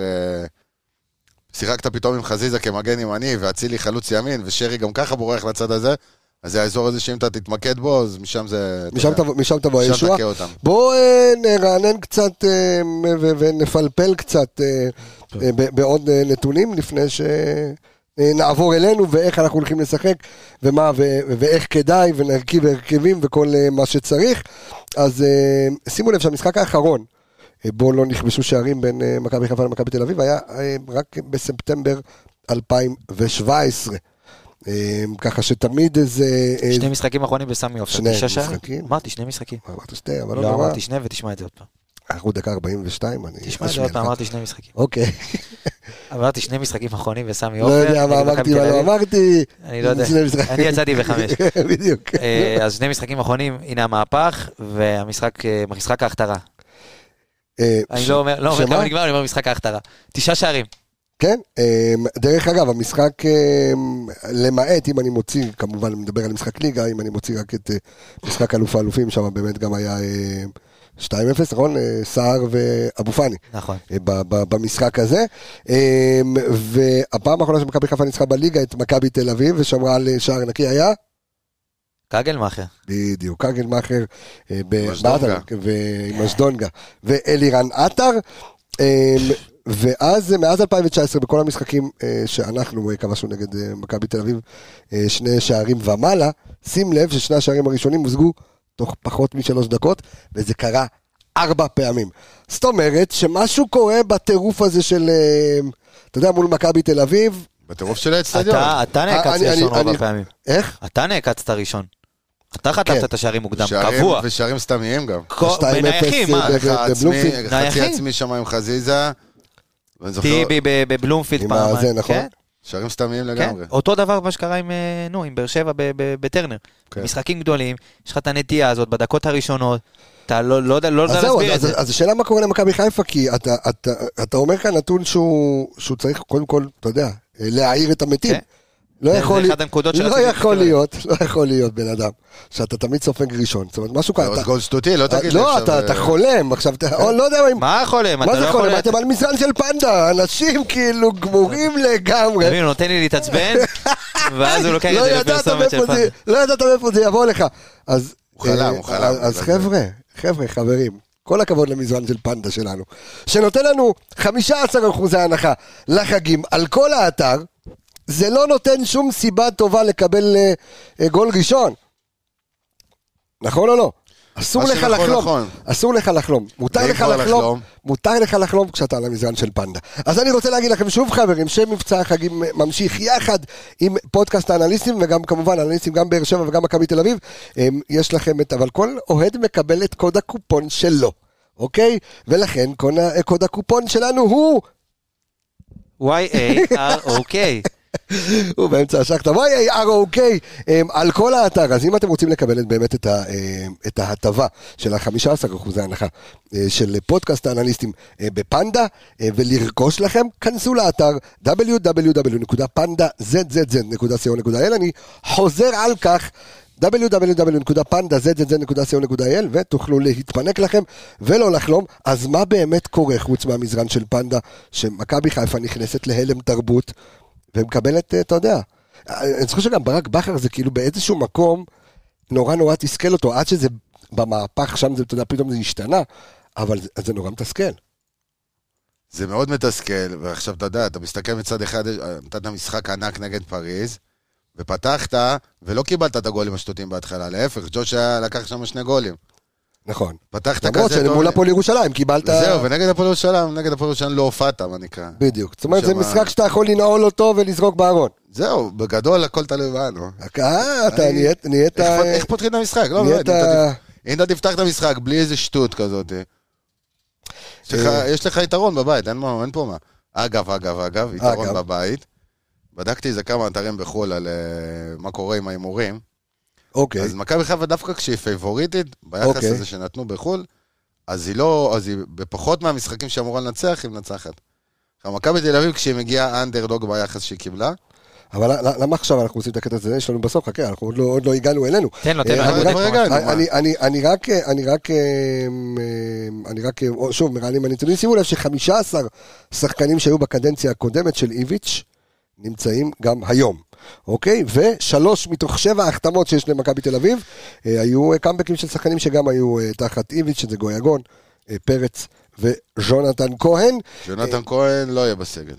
S4: שיחקת פתאום עם חזיזה כמגן ימני, והצילי חלוץ ימין, ושרי גם ככה בורח לצד הזה, אז זה האזור הזה שאם אתה תתמקד בו, אז משם זה...
S1: משם תבוא הישועה. בואו נרענן קצת ונפלפל קצת בעוד נתונים, לפני ש... נעבור אלינו ואיך אנחנו הולכים לשחק ומה ואיך כדאי ונרכיב הרכבים וכל מה שצריך. אז שימו לב שהמשחק האחרון בו לא נכבשו שערים בין מכבי חיפה למכבי תל אביב היה רק בספטמבר אלפיים שבע עשרה, ככה שתמיד איזה...
S3: שני משחקים אחרונים בסמי עופר.
S1: שני משחקים?
S3: אמרתי שני משחקים.
S1: אמרת שני, אבל
S3: לא אמרתי שני ותשמע את זה עוד פעם.
S1: אנחנו דקה ארבעים ושתיים, אני...
S3: תשמע את זה עוד פעם, אמרתי שני משחקים.
S1: אוקיי.
S3: אמרתי שני משחקים אחרונים בסמי
S1: לא
S3: עופר.
S1: יודע מה אמרתי, מה לא אמרתי.
S3: אני לא יודע, אני יצאתי בחמש.
S1: בדיוק.
S3: אז שני משחקים אחרונים, הנה המהפך, והמשחק ההכתרה. אני לא אומר, לא אומר כמה נגמר, אני אומר משחק ההכתרה. תשעה שערים.
S1: כן, דרך אגב, המשחק למעט, אם אני מוציא, כמובן אני מדבר על משחק ליגה, אם אני מוציא רק את משחק אלוף האלופים, שם באמת גם היה שתיים אפס, נכון? סער ואבו פאני.
S3: נכון.
S1: במשחק הזה, והפעם האחרונה שמכבי חיפה ניצחה בליגה את מכבי תל אביב, ושמרה על שער נקי היה?
S3: קגלמאכר.
S1: בדיוק, קגלמאכר, ועם אשדונגה, ואלירן עטר, ואז, מאז אלפיים תשע עשרה, בכל המשחקים שאנחנו כבשנו נגד מכבי תל אביב, שני שערים ומעלה, שים לב ששני השערים הראשונים מוזגו תוך פחות משלוש דקות, וזה קרה ארבע פעמים. זאת אומרת, שמשהו קורה בטירוף הזה של, אתה יודע, מול מכבי תל אביב.
S4: בטירוף של האצטדיון.
S3: אתה נעקצת ראשון רוב הפעמים.
S1: איך?
S3: אתה נעקצת ראשון. אתה חטפת את השערים מוקדם, קבוע.
S4: ושערים סתמיים גם.
S3: בנייחים, מה?
S4: חצי עצמי שם עם חזיזה.
S3: טיבי בבלומפילד פעמיים.
S1: נכון.
S4: שערים סתמיים לגמרי.
S3: אותו דבר מה שקרה עם, נו, עם באר שבע בטרנר. משחקים גדולים, יש לך את הנטייה הזאת בדקות הראשונות, אתה לא יודע להסביר את זה.
S1: אז השאלה מה קורה למכבי חיפה, כי אתה אומר כאן נתון שהוא צריך קודם כל, אתה יודע, להעיר את המתים. לא יכול,
S3: אחת הנקודות
S1: לא יכול להיות, לא יכול להיות בן אדם, שאתה תמיד סופג ראשון, זאת אומרת, משהו כזה.
S4: אז גול שטותי, לא תגיד לי
S1: לא, אתה חולם, עכשיו, לא יודע אם...
S3: מה חולם?
S1: מה זה חולם? אתם על מזרן של פנדה, אנשים כאילו גמורים לגמרי.
S3: תבין, הוא נותן לי להתעצבן, ואז הוא לוקח את זה לפרסומת של פנדה.
S1: לא ידעת מאיפה זה יבוא לך.
S4: הוא חלם, הוא חלם.
S1: אז חבר'ה, חבר'ה, חברים, כל הכבוד למזרן של פנדה שלנו, שנותן לנו חמישה עשר אחוז הנחה לחגים על כל האתר, זה לא נותן שום סיבה טובה לקבל uh, גול ראשון. נכון או לא? אסור לך לחלום. נכון. אסור לך לחלום. מותר לך לחלום. לחלום. מותר לך לחלום כשאתה על המזרן של פנדה. אז אני רוצה להגיד לכם שוב חברים, שמבצע החגים ממשיך יחד עם פודקאסט האנליסטים, וגם כמובן האנליסטים גם באר שבע וגם מכבי תל אביב. יש לכם את, אבל כל אוהד מקבל את קוד הקופון שלו. אוקיי? ולכן קוד הקופון שלנו הוא
S3: וואי איי אר או קיי.
S1: הוא באמצע השחת, וואי איי אר או קיי על כל האתר. אז אם אתם רוצים לקבל באמת את, ה, את ההטבה של ה-חמישה עשר אחוז ההנחה של פודקאסט האנליסטים בפנדה ולרכוש לכם, כנסו לאתר דאבליו דאבליו דאבליו נקודה פנדה זד זד זד נקודה סי או נקודה איי אל. אני חוזר על כך, דאבליו דאבליו דאבליו נקודה פנדה זד זד זד נקודה סי או נקודה איי אל, ותוכלו להתפנק לכם ולא לחלום. אז מה באמת קורה חוץ מהמזרן של פנדה, שמכבי חיפה נכנסת להלם תרבות ומקבלת, אתה יודע, אני זוכר שגם ברק בכר זה כאילו באיזשהו מקום נורא נורא תסכל אותו, עד שזה במהפך שם, זה, אתה יודע, פתאום זה השתנה, אבל זה, זה נורא מתסכל.
S4: זה מאוד מתסכל, ועכשיו אתה יודע, אתה מסתכל מצד אחד, נתת משחק ענק נגד פריז, ופתחת, ולא קיבלת את הגולים השטותיים בהתחלה, להפך, ג'וש לקח שם שני גולים.
S1: נכון.
S4: פתחת כזה
S1: טוב. למרות שמול הפועל ירושלים קיבלת...
S4: זהו, ונגד הפועל ירושלים, נגד הפועל ירושלים לא הופעת, מה נקרא.
S1: בדיוק. זאת אומרת, זה משחק שאתה יכול לנעול אותו ולזרוק בארון.
S4: זהו, בגדול הכל תלוי בנו.
S1: אה, אתה נהיית...
S4: איך פותחים את המשחק? לא, באמת. אם אתה תפתח את המשחק בלי איזה שטות כזאת, יש לך יתרון בבית, אין פה מה. אגב, אגב, אגב, יתרון בבית. בדקתי איזה כמה אתרים בחול על מה קורה עם ההימורים.
S1: אוקיי.
S4: אז מכבי חיפה דווקא כשהיא פייבוריטית, ביחס הזה שנתנו בחול, אז היא לא, אז היא בפחות מהמשחקים שאמורה לנצח, היא מנצחת. מכבי תל אביב כשהיא מגיעה אנדרדוג ביחס שהיא קיבלה.
S1: אבל למה עכשיו אנחנו עושים את הקטע הזה? יש לנו בסוף, חכה, אנחנו עוד לא הגענו אלינו.
S3: תן לו, תן לו.
S1: אני רק, אני רק, אני רק, שוב, מרענים הנתונים, שימו לב שחמישה עשר שחקנים שהיו בקדנציה הקודמת של איביץ' נמצאים גם היום. אוקיי? ושלוש מתוך שבע החתמות שיש למכבי תל אביב, היו קאמבקים של שחקנים שגם היו תחת איביץ', שזה גויגון, פרץ וז'ונתן כהן.
S4: ז'ונתן כהן לא יהיה בסגל.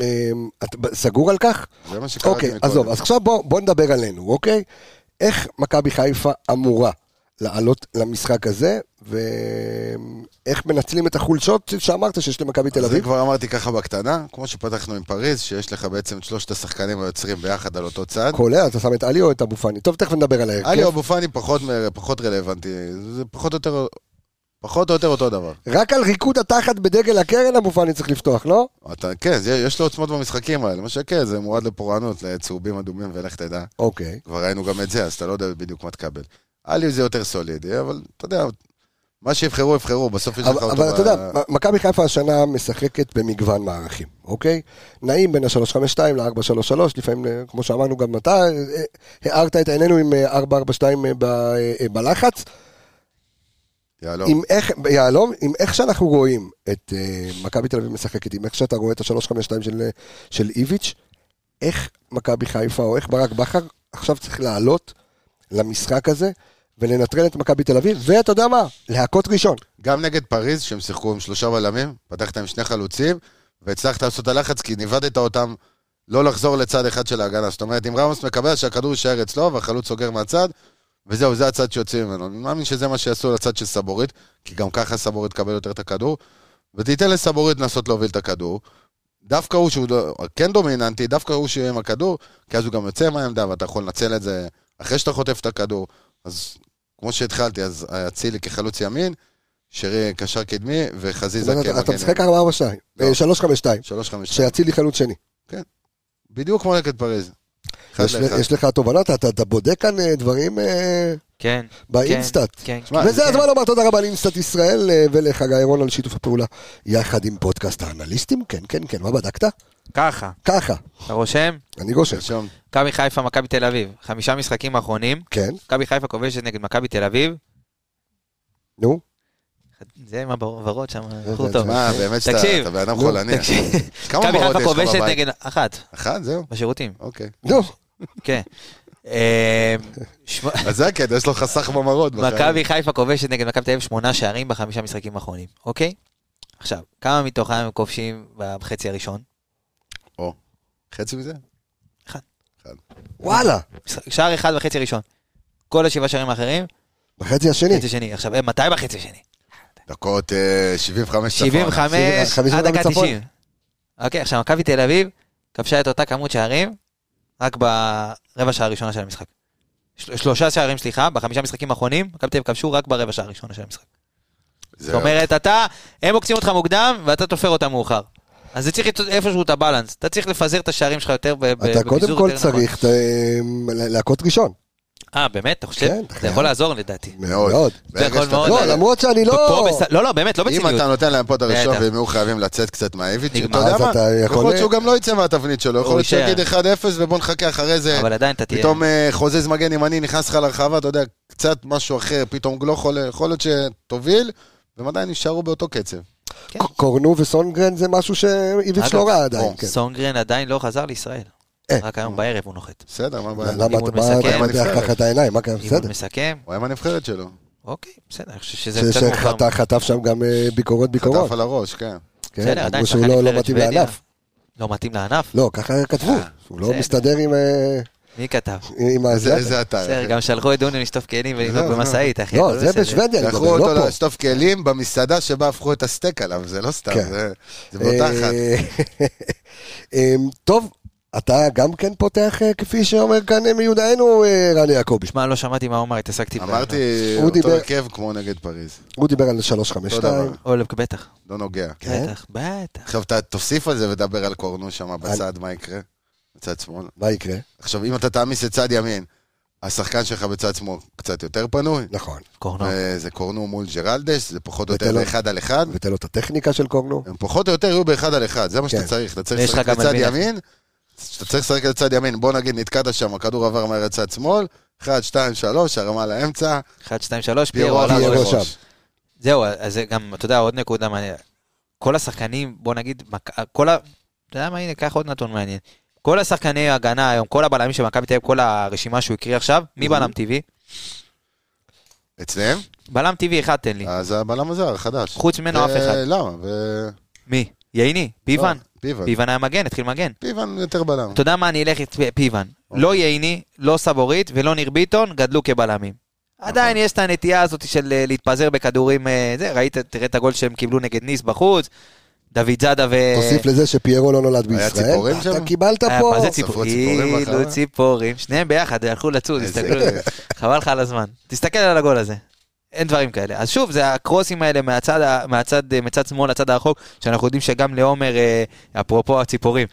S1: סגור על כך?
S4: זה מה שקראתי
S1: אוקיי, אז טוב, אז עכשיו בוא נדבר עלינו, אוקיי? איך מכבי חיפה אמורה לעלות למשחק הזה, ואיך מנצלים את החולשות שאמרת שיש למכבי תל אביב?
S4: זה כבר אמרתי ככה בקטנה, כמו שפתחנו עם פריז, שיש לך בעצם את שלושת השחקנים היוצרים ביחד על אותו צד.
S1: כולל, אתה שם את אלי או את אבו פאני? טוב, תכף נדבר על ההרכב.
S4: אלי או אבו פאני פחות, פחות רלוונטי, זה פחות או יותר, פחות או יותר אותו דבר.
S1: רק על ריקוד התחת בדגל הקרן אבו פאני צריך לפתוח, לא?
S4: אתה, כן, יש לו עוצמות במשחקים האלה, מה שכן, זה מועד לפורענות, לצהובים אדומים ולך תדע.
S1: אוקיי.
S4: כבר ראינו גם את זה, אז אתה לא יודע בדיוק מה תקבל. אלי זה יותר סולידי, אבל אתה יודע, מה שיבחרו, יבחרו, בסוף יש לך אותו...
S1: אבל אתה יודע, מכבי חיפה השנה משחקת במגוון מערכים, אוקיי? נעים בין ה-שלוש חמש שתיים ל-ארבע שלוש שלוש, לפעמים, כמו שאמרנו גם אתה, הערת את עינינו עם ארבע ארבע שתיים בלחץ.
S4: יעלום.
S1: עם איך, יעלום, עם איך שאנחנו רואים את מכבי תל אביב משחקת, עם איך שאתה רואה את ה-שלוש חמש שתיים של איביץ', איך מכבי חיפה, או איך ברק בכר, עכשיו צריך לעלות למשחק הזה, ולנטרל את מכבי תל אביב, ואתה יודע מה? להכות ראשון.
S4: גם נגד פריז, שהם שיחקו עם שלושה בלמים, פתחת עם שני חלוצים, והצלחת לעשות הלחץ, כי ניבדת אותם לא לחזור לצד אחד של ההגנה. זאת אומרת, אם רמוס מקבל שהכדור יישאר אצלו, והחלוץ סוגר מהצד, וזהו, זה הצד שיוצאים ממנו. אני מאמין שזה מה שיעשו לצד של סבורית, כי גם ככה סבורית קבל יותר את הכדור, ותיתן לסבורית לנסות להוביל את הכדור. דווקא הוא שהוא כן דומיננטי, דווקא הוא שיהיה עם הכדור, כי אז הוא גם יוצא מהעמדה, ואתה יכול לנצל את זה אחרי שאתה חוטף את הכדור. אז כמו שהתחלתי, אז אצילי כחלוץ ימין, שרי קשר קדמי, וחזיזה כמגן.
S1: אתה משחק ארבע ארבע שתיים, שלוש חמש שתיים, שאצילי חלוץ שני.
S4: כן, בדיוק כמו נגד פריז.
S1: יש לך תובנות, אתה בודק כאן דברים
S3: כן.
S1: באינסטאט. וזה הזמן לומר תודה רבה לאינסטאט ישראל ולחגי אירון על שיתוף הפעולה יחד עם פודקאסט האנליסטים. כן, כן, כן, מה בדקת?
S3: ככה.
S1: ככה.
S3: אתה רושם?
S1: אני רושם.
S3: מכבי חיפה, מכבי תל אביב. חמישה משחקים האחרונים.
S1: כן.
S3: מכבי חיפה כובשת נגד מכבי תל אביב.
S1: נו.
S3: זה עם הברות שם.
S4: מה, באמת שאתה באדם חולני.
S3: מכבי חיפה כובשת נגד אחת.
S4: אחת, זהו.
S3: בשירותים.
S4: אוקיי.
S1: נו.
S3: כן.
S4: אז זה הקטע, יש לו חסך במרות.
S3: מכבי חיפה כובשת נגד מכבי תל אביב שמונה שערים בחמישה משחקים האחרונים. אוקיי? עכשיו, כמה מתוכם הם כובשים בחצי הראשון?
S4: או, חצי מזה?
S3: אחד.
S1: וואלה.
S3: שער אחד בחצי הראשון. כל השבעה שערים האחרים?
S1: בחצי השני.
S3: בחצי השני. עכשיו, מתי בחצי השני?
S4: דקות שבעים וחמש צפון.
S3: שבעים וחמש עד דקה תשעים. אוקיי, עכשיו, מכבי תל אביב כבשה את אותה כמות שערים רק ברבע שעה הראשונה של המשחק. שלושה שערים, סליחה, בחמישה משחקים האחרונים, מכבי תל אביב כבשו רק ברבע שעה הראשונה של המשחק. זאת אומרת, אתה, הם עוקצים אותך מוקדם, ואתה תופר אותם מאוחר. אז זה צריך איפשהו את הבלנס. אתה צריך לפזר את השערים שלך יותר בביזור יותר נכון.
S1: אתה קודם כל צריך להכות ראשון.
S3: אה, באמת? אתה חושב? אתה יכול לעזור לדעתי.
S1: מאוד.
S3: זה יכול מאוד.
S1: לא, למרות שאני לא...
S3: לא, לא, באמת, לא בציניות.
S4: אם אתה נותן להם פה את הראשון, והם יהיו חייבים לצאת קצת מהאיבית, אתה יודע מה? יכול להיות שהוא גם לא יצא מהתבנית שלו, יכול להיות שיגיד אחד אפס, ובוא נחכה אחרי זה.
S3: אבל עדיין אתה תהיה.
S4: פתאום חוזז מגן ימני, נכנס לך לרחבה, אתה יודע, קצת משהו אחר, פתאום לא יכול להיות שתוביל, והם עדיין נשארו באותו קצב.
S1: קורנו וסונגרן זה משהו שאיביץ' לא ראה עדיין.
S3: סונגרן עדיין לא חזר לישראל. רק היום בערב הוא נוחת.
S4: בסדר, מה בעיה?
S1: למה אתה מדח ככה את העיניים? מה קרה? בסדר.
S3: הוא מסכם.
S4: הוא היה מהנבחרת שלו.
S3: אוקיי, בסדר. אני חושב שזה קצת מוכר.
S1: שחטף שם גם ביקורות ביקורות.
S4: חטף על הראש, כן.
S3: בסדר, עדיין
S1: שהוא לא מתאים לענף.
S3: לא מתאים לענף?
S1: לא, ככה כתבו. הוא לא מסתדר עם...
S3: מי כתב?
S4: איזה אתר.
S3: בסדר, גם שלחו את דוני לשטוף כלים ולנהוג במסעית, אחי.
S1: לא, זה בשוודיה.
S4: שלחו אותו לשטוף כלים במסעדה שבה הפכו את הסטייק עליו, זה לא סתם, זה באותה אחת.
S1: טוב. אתה גם כן פותח, כפי שאומר כאן מיודענו, רני יעקובי.
S3: שמע, לא שמעתי מה אומר, התעסקתי.
S4: אמרתי, אותו הרכב כמו נגד פריז.
S1: הוא דיבר על שלוש חמש שתיים.
S3: אולב, בטח.
S4: לא נוגע.
S3: בטח, בטח.
S4: עכשיו, תוסיף על זה ודבר על קורנו שם בצד, מה יקרה? בצד שמאל.
S1: מה יקרה?
S4: עכשיו, אם אתה תעמיס את צד ימין, השחקן שלך בצד שמאל קצת יותר פנוי.
S1: נכון.
S3: קורנו.
S4: זה קורנו מול ג'רלדש, זה פחות או יותר באחד על אחד.
S1: ותן לו את הטכניקה של קורנו.
S4: הם פחות או יותר יהיו באחד על אחד, זה מה שאתה צריך. אתה צריך לשחק לצד ימין, אתה צריך לשחק לצד ימין, בוא נגיד נתקעת שם, הכדור עבר מהר לצד שמאל, אחד, שתיים, שלוש, הרמה לאמצע.
S3: אחד, שתיים, שלוש, פיירו על הראש. זהו, אז גם, אתה יודע, עוד נקודה מעניין. כל השחקנים, בוא נגיד, כל ה... אתה יודע מה, הנה, קח עוד נתון מעניין. כל השחקני ההגנה היום, כל הבלמים של מכבי תל אביב, כל הרשימה שהוא הקריא עכשיו, מי בלם טבעי?
S4: אצלם?
S3: בלם טבעי אחד תן לי.
S4: אז הבלם הזה, החדש.
S3: חוץ ממנו אף אחד.
S4: למה?
S3: מי? ייני? פיוון?
S4: פיוון.
S3: פיוון היה מגן, התחיל מגן.
S4: פיוון יותר בלם.
S3: אתה יודע מה, אני אלך את פיוון. לא ייני, לא סבורית ולא ניר ביטון, גדלו כבלמים. עדיין יש את הנטייה הזאת של להתפזר בכדורים, ראית, תראה את הגול שהם קיבלו נגד ניס בחוץ, דוד זאדה ו...
S1: תוסיף לזה שפיירו לא נולד בישראל.
S4: היה ציפורים שם?
S1: אתה קיבלת פה.
S3: מה זה ציפורים? אילו ציפורים. שניהם ביחד, הלכו לצוד, תסתכלו. חבל לך על הזמן. תסתכל על הגול הזה. אין דברים כאלה. אז שוב, זה הקרוסים האלה מהצד, מהצד, מצד שמאל לצד הרחוק, שאנחנו יודעים שגם לעומר, אפרופו הציפורים,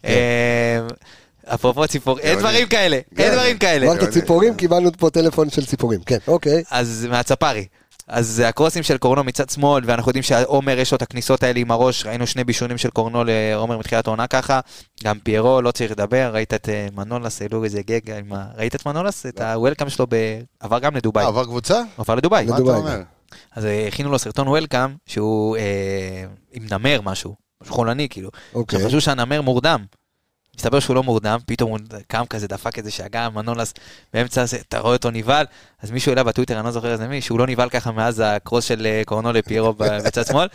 S3: אפרופו ציפורים, אין דברים כאלה, אין דברים כאלה.
S1: אמרת ציפורים, קיבלנו פה טלפון של ציפורים, כן, אוקיי.
S3: אז מהצפרי. אז הקרוסים של קורנו מצד שמאל, ואנחנו יודעים שהעומר יש לו את הכניסות האלה עם הראש, ראינו שני בישונים של קורנו לעומר מתחילת העונה ככה, גם פיירו, לא צריך לדבר, ראית את מנולס, אלו איזה גג, ראית את מנולס? את הוולקאם שלו, עבר גם לדוביי.
S4: עבר קבוצה?
S3: עבר לדוביי.
S4: מה אתה אומר?
S3: אז הכינו לו סרטון וולקאם, שהוא עם נמר משהו, משהו חולני כאילו. חשבו שהנמר מורדם. מסתבר שהוא לא מורדם, פתאום הוא קם כזה, דפק איזה שאגה, מנולס באמצע, אתה רואה אותו ניבל, אז מישהו אליו בטוויטר, אני לא זוכר איזה מי, שהוא לא ניבל ככה מאז הקרוס של קורנו לפיירו בצד שמאל,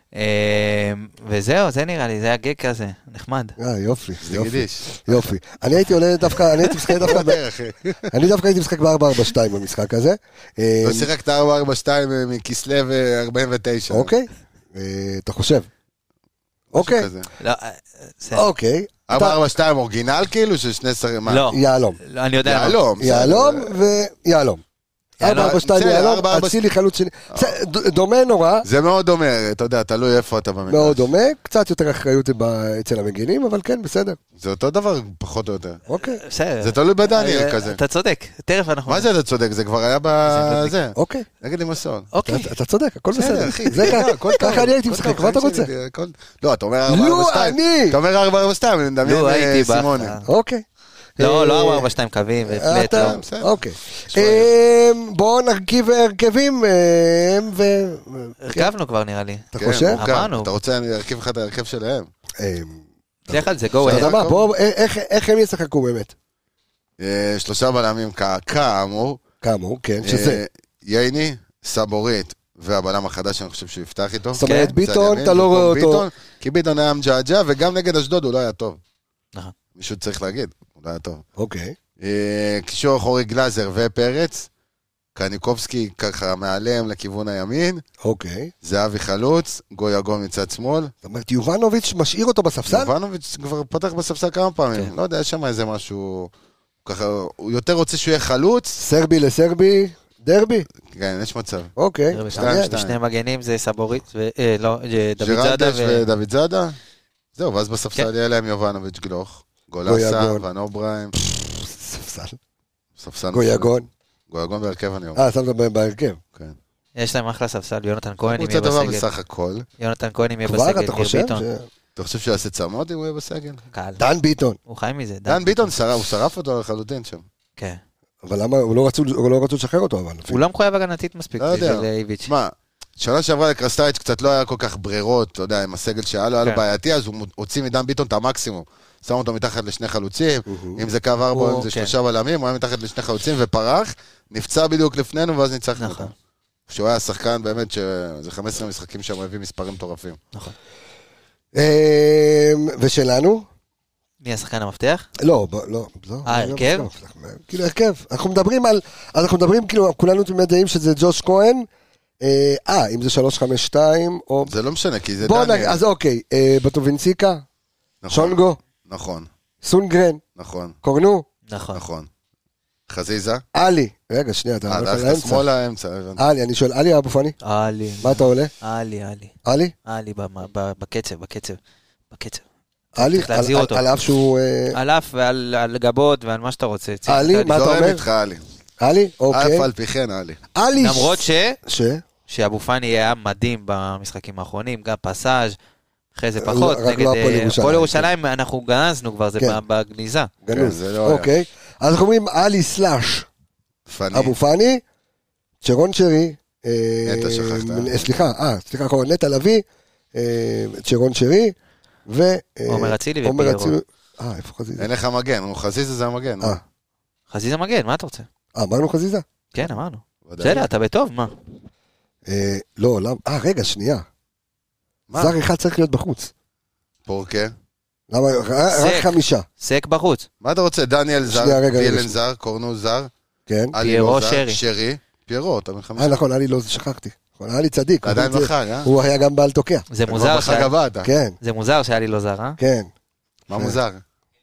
S3: וזהו, זה נראה לי, זה הגג כזה, נחמד.
S1: אה, יופי, יופי, יופי. אני הייתי עולה דווקא, אני הייתי משחק דווקא, אני דווקא הייתי משחק ב-ארבע ארבע שתיים במשחק הזה.
S4: לא שיחקת ארבע ארבע שתיים מכסלו ארבעים ותשע.
S1: אוקיי, אתה חושב? אוקיי. אוקיי.
S4: ארבע ארבע שתיים אורגינל כאילו של שני שרים.
S3: לא.
S1: יעלום.
S3: אני יודע.
S4: יעלום.
S1: יעלום ויעלום. ארבע ארבע שתיים
S4: בסדר,
S1: יעלום,
S4: ארבע, ארבע,
S1: אצילי חלוץ שני. בסדר, ד- דומה נורא,
S4: זה מאוד דומה, אתה יודע, תלוי איפה אתה במגרש.
S1: מאוד דומה, קצת יותר אחריות ב- אצל המגינים, אבל כן, בסדר.
S4: זה אותו דבר, פחות או יותר.
S1: אוקיי,
S3: בסדר.
S4: זה תלוי בדניאל
S3: אה,
S4: כזה.
S3: אתה צודק, תכף אנחנו...
S4: מה זה אתה צודק? זה כבר היה בזה.
S1: אוקיי.
S4: נגד עם הסון.
S3: אוקיי.
S1: אתה- אתה צודק, הכל בסדר.
S4: בסדר, אחי.
S1: זה ככה-
S4: הכל טוב,
S1: ככה אני הייתי
S4: הכל
S1: משחק,
S4: טוב,
S1: מה אתה
S4: חיים
S1: רוצה?
S4: שלי, הכל- לא, אתה אומר ארבע ארבע
S1: לא,
S4: שתיים.
S1: אני!
S4: אתה אומר ארבע ארבע שתיים, אני מדמיין
S3: לא,
S4: אה,
S3: הייתי
S4: סימונה.
S3: באחלה.
S1: אוקיי.
S3: לא,
S1: אה,
S3: לא ארבע ארבע שתיים קווים ופלט,
S1: אתה-
S3: לא.
S4: בסדר.
S1: אוקיי. אה, בואו נרכיב הרכבים, אה, ו...
S3: הרכבנו כבר נראה לי.
S1: אתה
S4: כן,
S1: חושב?
S4: מורכב.
S3: אמרנו.
S4: אתה רוצה, אני ארכיב לך את ההרכב שלהם.
S1: אה,
S3: לך על זה, go
S1: אתה
S3: ahead.
S1: יודע מה, בואו, איך- איך הם ישחקו באמת?
S4: אה, שלושה בלמים כ- כאמור.
S1: כאמור, כן,
S4: אה,
S1: שזה.
S4: ייני, סבורית והבלם החדש, אני חושב שהוא יפתח איתו.
S1: זאת אומרת,
S3: כן,
S1: ביטון,
S4: צד
S1: אתה
S4: ימין,
S1: לא רואה
S4: במקום
S1: אותו.
S4: ביטון, כי ביטון היה מג'עג'ע, וגם נגד אשדוד הוא לא היה טוב.
S3: נכון.
S4: מישהו צריך להגיד, הוא לא היה טוב.
S1: אוקיי.
S4: אה, קישור אחורי גלאזר ופרץ, קניקובסקי ככה מעלם לכיוון הימין,
S1: אוקיי.
S4: זהבי חלוץ, גויגון מצד שמאל,
S1: זאת אומרת, יובנוביץ' משאיר אותו בספסל?
S4: יובנוביץ' כבר פתח בספסל כמה פעמים,
S3: כן.
S4: לא יודע, יש שם איזה משהו, ככה, הוא יותר רוצה שהוא יהיה חלוץ,
S1: סרבי לסרבי, דרבי?
S4: כן, יש מצב.
S1: אוקיי.
S3: שתיים,
S1: מעניין.
S4: שתיים.
S3: שני מגנים זה סבורית, ו- אה, לא, אה, דוד זאדה
S4: ג'רלדש
S3: ו...
S4: ודוד זאדה, זהו, ואז בספסל
S3: כן.
S4: יהיה להם יובנוביץ' גלוך, גולסה,
S1: גויגון.
S4: ון אוברהיים,
S1: ספסל.
S4: ספסל.
S1: גויגון.
S4: גויגון בהרכב אני אומר.
S1: אה, שמת ב- בהרכב.
S4: כן.
S3: יש להם אחלה ספסל, יונתן כהן אם
S4: קבוצה
S3: יהיה
S4: טובה
S3: בסגל.
S4: בסך הכל.
S3: יונתן כהן אם יהיה
S1: כבר
S3: בסגל,
S1: אתה
S3: ניר
S1: חושב?
S3: ביטון.
S1: ש-
S4: אתה חושב שהוא יעשה צמוד אם הוא יהיה בסגל?
S3: קל.
S1: דן ביטון.
S3: הוא חי מזה.
S4: דן ביטון שרף, הוא שרף אותו לחלוטין שם.
S3: כן.
S1: אבל למה, הוא לא רצו, הוא לא רצו לשחרר אותו, אבל.
S3: הוא לא מחויב הגנתית מספיק
S4: לא יודע.
S3: בשביל איביץ'.
S4: תשמע, שנה שעברה לקרסטייץ' קצת לא היה כל כך ברירות, אתה יודע, עם הסגל שהיה לו, היה לו
S3: כן.
S4: בעייתי, אז הוא הוציא מדן ביטון את המקסימום. שם אותו מתחת לשני חלוצים,
S1: Mhm.
S4: אם זה קו ארבע,
S3: הוא-
S4: אם זה
S3: כן.
S4: שלושה בלמים, הוא היה מתחת לשני חלוצים ופרח, נפצע בדיוק לפנינו ואז ניצחנו
S3: נכון.
S4: אותו. שהוא היה שחקן באמת, שזה חמישה עשר משחקים שם, הוא הביא מספרים מטורפים.
S3: נכון.
S1: אה, ושלנו?
S3: מי השחקן המפתח?
S1: לא, ב- לא, לא.
S3: אה,
S1: לא,
S3: הרכב?
S1: לא, כאילו הרכב. אנחנו מדברים על, אנחנו מדברים כאילו, כולנו תמימי דעים שזה ג'וש כהן. אה, אה, אם זה שלוש חמש שתיים, או...
S4: זה לא משנה, כי זה
S1: בוא נגיד,
S4: דניאל.
S1: אז אוקיי, אה, בטובינציקה,
S4: נכון,
S1: שונגו,
S4: נכון,
S1: סונגרן,
S4: נכון,
S1: קורנו,
S3: נכון.
S4: נכון. חזיזה?
S1: עלי. רגע, שנייה, אתה
S4: אה,
S1: הולך
S4: הלכת
S1: לאמצע.
S4: שמאלה האמצע, הבנתי.
S1: עלי, אני שואל, עלי אבו פאני,
S3: עלי.
S1: מה אתה עולה?
S3: עלי, עלי.
S1: עלי?
S3: עלי במ- ב- בקצב, בקצב. בקצב.
S1: עלי?
S3: צריך להחזיר
S1: על-
S3: אותו.
S1: על אף שהוא... אה,
S3: על אף ועל על גבות ועל מה שאתה רוצה. צריך
S1: עלי,
S3: לתת לי.
S1: מה אתה
S4: זורם
S1: אומר?
S4: איתך, עלי.
S1: עלי? אוקיי.
S4: אף על פי כן, עלי.
S1: עלי...
S3: למרות ש...
S1: ש?
S3: שאבו פאני היה מדהים במשחקים האחרונים, גם פסאז' אחרי זה
S1: לא,
S3: פחות,
S1: רק
S3: נגד
S1: לא הפועל
S3: אה,
S1: ירושלים.
S3: הפועל ירושלים אנחנו גנזנו כבר, זה
S1: כן.
S3: ב- בגניזה.
S1: גנוז.
S4: כן, זה לא היה.
S1: אוקיי. אז אנחנו אומרים עלי סלאש
S4: פני.
S1: אבו פאני, צ'רון שרי, אה,
S4: נטע שכחת.
S1: אה, סליחה, אה, סליחה, קוראים נטע לביא, אה, צ'רון שרי, ו... אה,
S3: עומר אצילי
S1: עומר
S3: ופיירו.
S1: אצילי- אה, איפה חזיזה?
S4: אין לך מגן, הוא חזיזה זה המגן.
S1: אה.
S3: חזיזה מגן, מה אתה רוצה?
S1: אה, אמרנו חזיזה?
S3: כן, אמרנו.
S4: ודאי.
S3: בסדר, אתה בטוב, מה?
S1: אה, לא, למה? אה, רגע, שנייה.
S4: מה?
S1: זר אחד צריך להיות בחוץ.
S4: פורקה.
S1: למה? ר- רק
S3: סק.
S1: חמישה.
S3: סק בחוץ.
S4: מה אתה רוצה? דניאל זר,
S1: שנייה, רגע,
S4: דילן
S1: רגע.
S4: זר, קורנו זר,
S1: כן.
S4: עלי
S3: פיירו,
S4: לא זר,
S3: שרי.
S4: שרי, פיירו, אתה מלחמה.
S1: אה, נכון, עלי לא, שכחתי. נכון, עלי צדיק.
S4: עדיין
S1: הוא-
S4: בחג, אה?
S1: הוא היה גם בעל תוקע.
S3: זה
S4: אתה
S3: מוזר
S4: כבר בחג
S3: שהיה-
S4: הבא אתה.
S1: כן,
S3: זה מוזר שהיה לי לא זר, אה?
S1: כן.
S4: מה מוזר?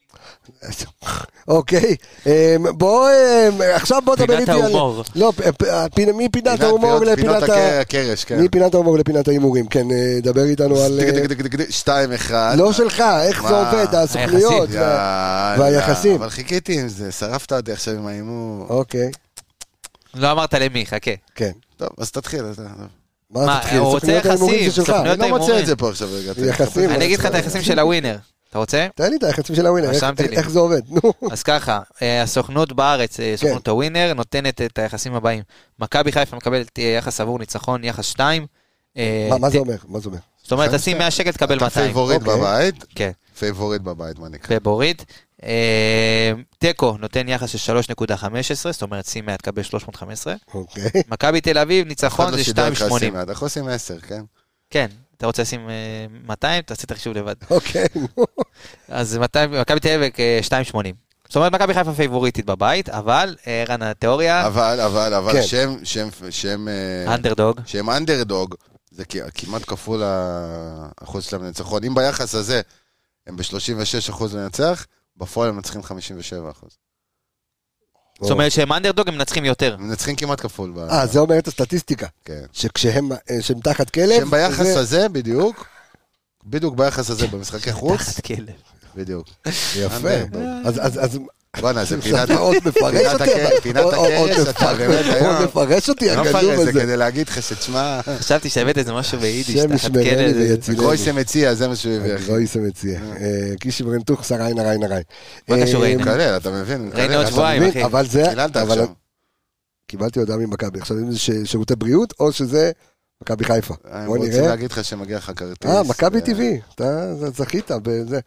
S1: אוקיי, אמ, בוא, אמ, עכשיו בוא תדבר
S3: פינת
S1: איתי על...
S3: ההומור.
S1: לא, פ- פ- פינה- מפינת
S4: פינת
S1: ההומור
S4: פינות-
S1: לפינת
S4: פינות
S1: ה...
S4: הק- הקרש, כן.
S1: מפינת ההומור לפינת ההימורים, כן, אה, דבר איתנו על...
S4: דק,
S1: אה,
S4: דק, דק, דק, דק, שתיים אחד.
S1: לא שלך, איך זה
S4: מה?
S1: עובד, הסוכנויות.
S3: היחסים.
S1: וה-
S4: יאללה,
S1: והיחסים.
S4: אבל חיכיתי עם זה, שרפת אותי עכשיו עם ההימור.
S1: אוקיי,
S3: לא אמרת למי, חכה.
S1: כן.
S4: טוב, אז תתחיל. אתה-
S1: מה
S3: מה,
S1: תתחיל?
S3: הוא רוצה
S1: סוכנויות ההימורים
S3: יחסים,
S1: זה שלך.
S3: סוכנויות-
S4: אני לא מוצא
S3: ההימורים.
S4: את זה פה עכשיו רגע.
S1: יחסים.
S3: אני אגיד לך את היחסים של הווינר. אתה רוצה?
S1: תן לי את היחסים של הווינר, איך-
S3: רשמתי
S1: איך-
S3: לי.
S1: איך זה עובד, נו.
S3: אז ככה, אה, הסוכנות בארץ, אה,
S1: כן.
S3: סוכנות הווינר, נותנת את היחסים הבאים. מכבי חיפה מקבלת אה, יחס עבור ניצחון, יחס שתיים. אה,
S1: מה- מה
S3: ת-
S1: זה אומר? מה זה אומר?
S3: זאת אומרת,
S4: חיים
S3: תשים
S4: שתיים.
S3: מאה שקל, תקבל
S4: אתה
S3: מאתיים.
S4: פייבוריט
S1: אוקיי.
S4: בבית?
S3: כן,
S4: פייבוריט בבית, מה נקרא?
S3: פייבוריט. אה, תיקו נותן יחס של שלוש נקודה חמש עשרה, זאת אומרת, שים מאה תקבל שלוש מאות וחמש עשרה.
S1: אוקיי.
S3: מכבי תל אביב,
S4: אחד
S3: ניצחון
S4: לא
S3: זה
S4: שידר
S3: שתיים
S4: לך
S3: שמונים.
S4: עשרים, אתה יכול לשים עשר, כן?
S3: כן, אתה רוצה לשים אה, מאתיים, תעשה את החישוב לבד.
S1: אוקיי, נו.
S3: אז מאתיים, מכבי תל אביב אה, שתיים שמונים. זאת אומרת, מכבי חיפה פייבוריטית בבית, אבל, אה, ערן, התיאוריה,
S4: אבל, אבל, אבל,
S1: כן.
S4: שם, שם, שם, אה,
S3: אנדרדוג.
S4: שהם אנדרדוג, זה כ- כמעט כפול האחוז שלהם לניצחון. אם ביחס הזה הם ב-שלושים ושש אחוז לנצח, בפועל הם מנצחים חמישים ושבע אחוז.
S3: זאת אומרת שהם אנדרדוג הם מנצחים יותר.
S4: הם מנצחים כמעט כפול.
S1: אה, זה אומר את הסטטיסטיקה.
S4: כן.
S1: שכשהם שהם תחת כלב...
S4: שהם ביחס הזה בדיוק, בדיוק ביחס הזה במשחקי חוץ.
S3: תחת כלב.
S4: בדיוק.
S1: יפה. אז...
S4: בוא'נה, זה פינת...
S1: אתה עוד מפרש אותי?
S4: פינת הקרש, אתה באמת היום...
S1: עוד מפרש אותי,
S4: הגנוב
S1: הזה.
S4: זה כדי להגיד לך שתשמע...
S3: חשבתי שהבאת איזה משהו ביידיש,
S1: שם ישמרני ויצילני.
S4: גרויסה מציע, זה מה שהוא הביא.
S1: גרויסה מציע. קישי ברנטוך, ריינה, ריינה, ריינה.
S3: מה קשור ריינה?
S4: מקלל, אתה מבין?
S3: ריינה עוד שבועיים, אחי.
S1: אבל זה...
S4: קיללת עכשיו.
S1: קיבלתי הודעה ממכבי. עכשיו, אם זה שירותי בריאות, או שזה מכבי חיפה.
S4: הם רוצים להגיד לך שמגיע לך כרטיס.
S1: אה, מכבי טבעי. אתה זכית בזה.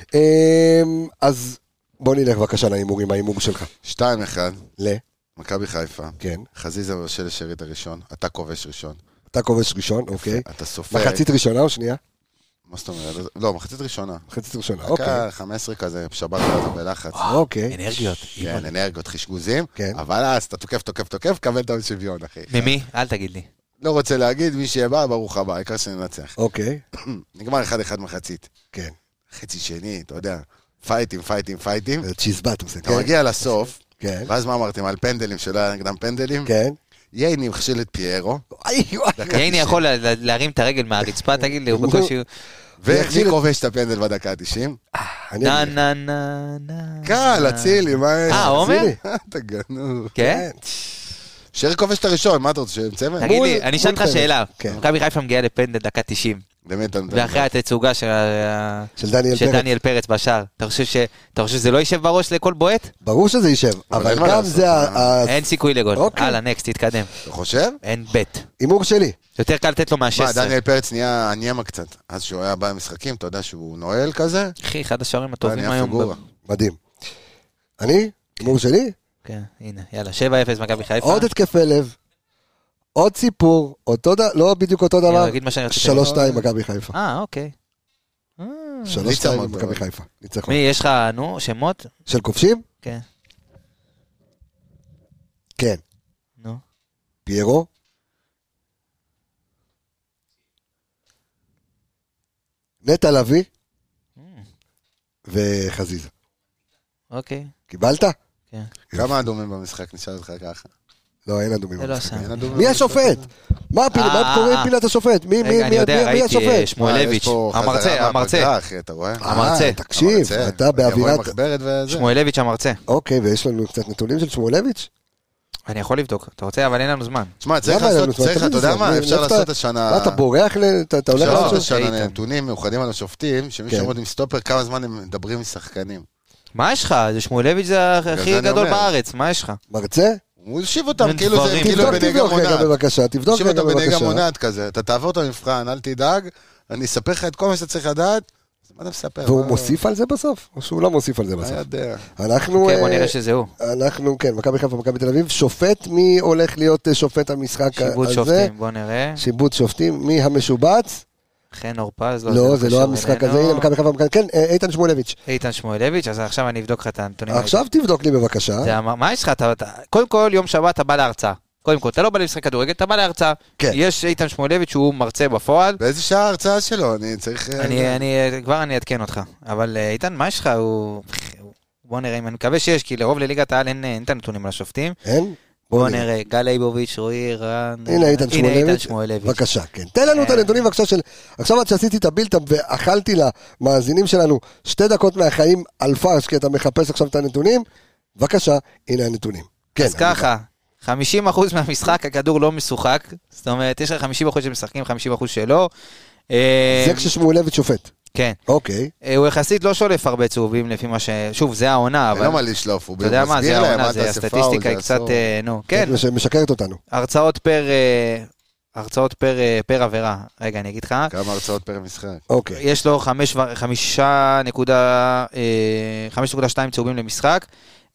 S1: אז... בוא נלך בבקשה להימורים, ההימור שלך.
S4: שתיים אחד.
S1: ל?
S4: מכבי חיפה.
S1: כן.
S4: חזיזה מבשל לשארית הראשון. אתה כובש ראשון.
S1: אתה כובש ראשון, אוקיי.
S4: אתה סופר.
S1: מחצית ראשונה או שנייה?
S4: מה זאת אומרת? לא, מחצית ראשונה.
S1: מחצית ראשונה, אוקיי.
S4: חמש עשרה כזה, שבת אתה בלחץ.
S1: אוקיי.
S3: אנרגיות.
S4: כן, אנרגיות, חשגוזים.
S1: כן.
S4: אבל אז אתה תוקף, תוקף, תוקף, קבל את השוויון, אחי.
S3: ממי? אל תגיד לי.
S4: לא רוצה להגיד, מי שיבא, ברוך הבא, העיקר שננצח.
S1: אוקיי.
S4: נגמר אחד אחד מחצית.
S1: כן.
S4: חצי שני, אתה יודע. פייטים, פייטים, פייטים.
S1: צ'יזבט עושה,
S4: אתה מגיע לסוף,
S1: כן.
S4: ואז מה אמרתם? על פנדלים שלא היה נגדם פנדלים?
S1: כן.
S4: ייני מכשיל את פיירו.
S3: ייני יכול להרים את הרגל מהרצפה, תגיד לי, הוא בקושי...
S4: ומי כובש את הפנדל בדקה ה-תשעים?
S3: נה נה נה נה.
S4: קל, אצילי, מה...
S3: אה, עומר?
S4: אתה גנוב.
S3: כן?
S4: שרי כובש את הראשון, מה אתה רוצה, שהם צמד?
S3: תגיד לי, אני אשאל אותך שאלה.
S1: כן.
S3: מכבי חיפה מגיעה לפנדל דקה תשעים.
S4: באמת,
S3: ואחרי התצוגה של
S1: של
S3: דניאל פרץ בשער. אתה חושב שזה לא יישב בראש לכל בועט?
S1: ברור שזה יישב, אבל גם זה...
S3: אין סיכוי לגול. הלאה, נקסט, תתקדם.
S4: אתה חושב?
S3: אין בית.
S1: הימור שלי.
S3: יותר קל לתת לו מה-שש עשרה.
S4: מה, דניאל פרץ נהיה עניימה קצת. אז שהוא היה בא במשחקים, אתה יודע שהוא נועל כזה?
S3: אחי, אחד השערים הטובים
S4: נהיה
S3: היום.
S4: פיגורה.
S1: מדהים. אני? הימור שלי?
S3: כן, הנה, יאללה, שבע אפס מכבי חיפה.
S1: עוד התקפי לב. עוד סיפור, אותו דבר, לא בדיוק אותו דבר, שלוש שתיים מכבי חיפה.
S3: אה, אוקיי.
S1: שלוש שתיים מכבי חיפה.
S3: מי, יש לך, נו, שמות?
S1: של כובשים?
S3: כן.
S1: כן.
S3: נו.
S1: פיירו? נטע לביא? וחזיזה.
S3: אוקיי.
S1: קיבלת?
S3: כן.
S4: כמה אדומים במשחק נשאל אותך ככה?
S1: לא, אין אדומים.
S3: זה לא שם.
S1: מי השופט? מה קורה עם פינת השופט? מי השופט?
S3: ראיתי, שמואלביץ', המרצה, המרצה. המרצה.
S1: תקשיב, אתה באווירת...
S3: שמואלביץ' המרצה.
S1: אוקיי, ויש לנו קצת נתונים של שמואלביץ'?
S3: אני יכול לבדוק, אתה רוצה, אבל אין לנו זמן.
S4: תשמע, צריך לעשות, צריך, אתה יודע מה, אפשר לעשות השנה...
S1: מה, אתה בורח, אתה הולך
S4: לעשות השנה נתונים מיוחדים על השופטים, שמי שעמוד עם סטופר, כמה זמן הם מדברים עם שחקנים.
S3: מה יש לך? זה שמואלביץ' זה הכי גדול בארץ, מה יש לך?
S1: מרצה?
S4: הוא יושיב אותם, כאילו זה כאילו בנהיגה מונעת.
S1: בבקשה, תבדוק
S4: תושיב אותם בנהיגה מונעת כזה, אתה תעבור אותו מבחן, אל תדאג, אני אספר לך את כל מה שאתה צריך לדעת, מה אתה מספר?
S1: והוא מוסיף על זה בסוף? או שהוא לא מוסיף על זה בסוף?
S4: אני יודע.
S1: אנחנו...
S3: כן, בוא נראה שזה הוא.
S1: אנחנו, כן, מכבי חיפה ומכבי תל אביב, שופט מי הולך להיות שופט המשחק הזה?
S3: שיבוט שופטים, בוא נראה.
S1: שיבוט שופטים, מי המשובץ?
S3: חן אורפז,
S1: לא, זה לא המשחק הזה, הנה מכבי חיפה ומכבי, כן, איתן שמואלביץ'.
S3: איתן שמואלביץ', אז עכשיו אני אבדוק לך את הנתונים.
S1: עכשיו תבדוק לי בבקשה.
S3: מה יש לך? קודם כל, יום שבת אתה בא להרצאה. קודם כל, אתה לא בא למשחק כדורגל, אתה בא להרצאה. יש איתן שמואלביץ' שהוא מרצה בפועל.
S4: באיזה שעה ההרצאה שלו? אני צריך...
S3: כבר אני אעדכן אותך. אבל איתן, מה יש לך? בוא נראה, אם אני מקווה שיש, כי לרוב לליגת העל אין את הנתונים על השופטים.
S1: אין?
S3: בוא נראה, גל ליבוביץ', רועי, רן...
S1: הנה איתן שמואלביץ'. בבקשה, כן. תן לנו את הנתונים בבקשה של... עכשיו עד שעשיתי את הבילטאפ ואכלתי למאזינים שלנו שתי דקות מהחיים על פרש, כי אתה מחפש עכשיו את הנתונים. בבקשה, הנה הנתונים.
S3: אז ככה, חמישים אחוז מהמשחק הכדור לא משוחק, זאת אומרת, יש לך חמישים אחוז שמשחקים, חמישים אחוז שלא.
S1: זה כששמואלביץ' שופט.
S3: כן.
S1: אוקיי.
S3: הוא יחסית לא שולף הרבה צהובים לפי מה ש... שוב, זה העונה, אבל...
S4: אין לו מה לשלוף, הוא
S3: מסביר להם, מה זה העונה, זה הסטטיסטיקה היא קצת... נו, כן.
S1: משקרת אותנו.
S3: הרצאות פר... הרצאות פר, פר עבירה. רגע, אני אגיד לך.
S4: כמה הרצאות פר משחק?
S1: אוקיי.
S3: יש לו חמש, חמישה נקודה, חמש נקודה שתיים צהובים למשחק.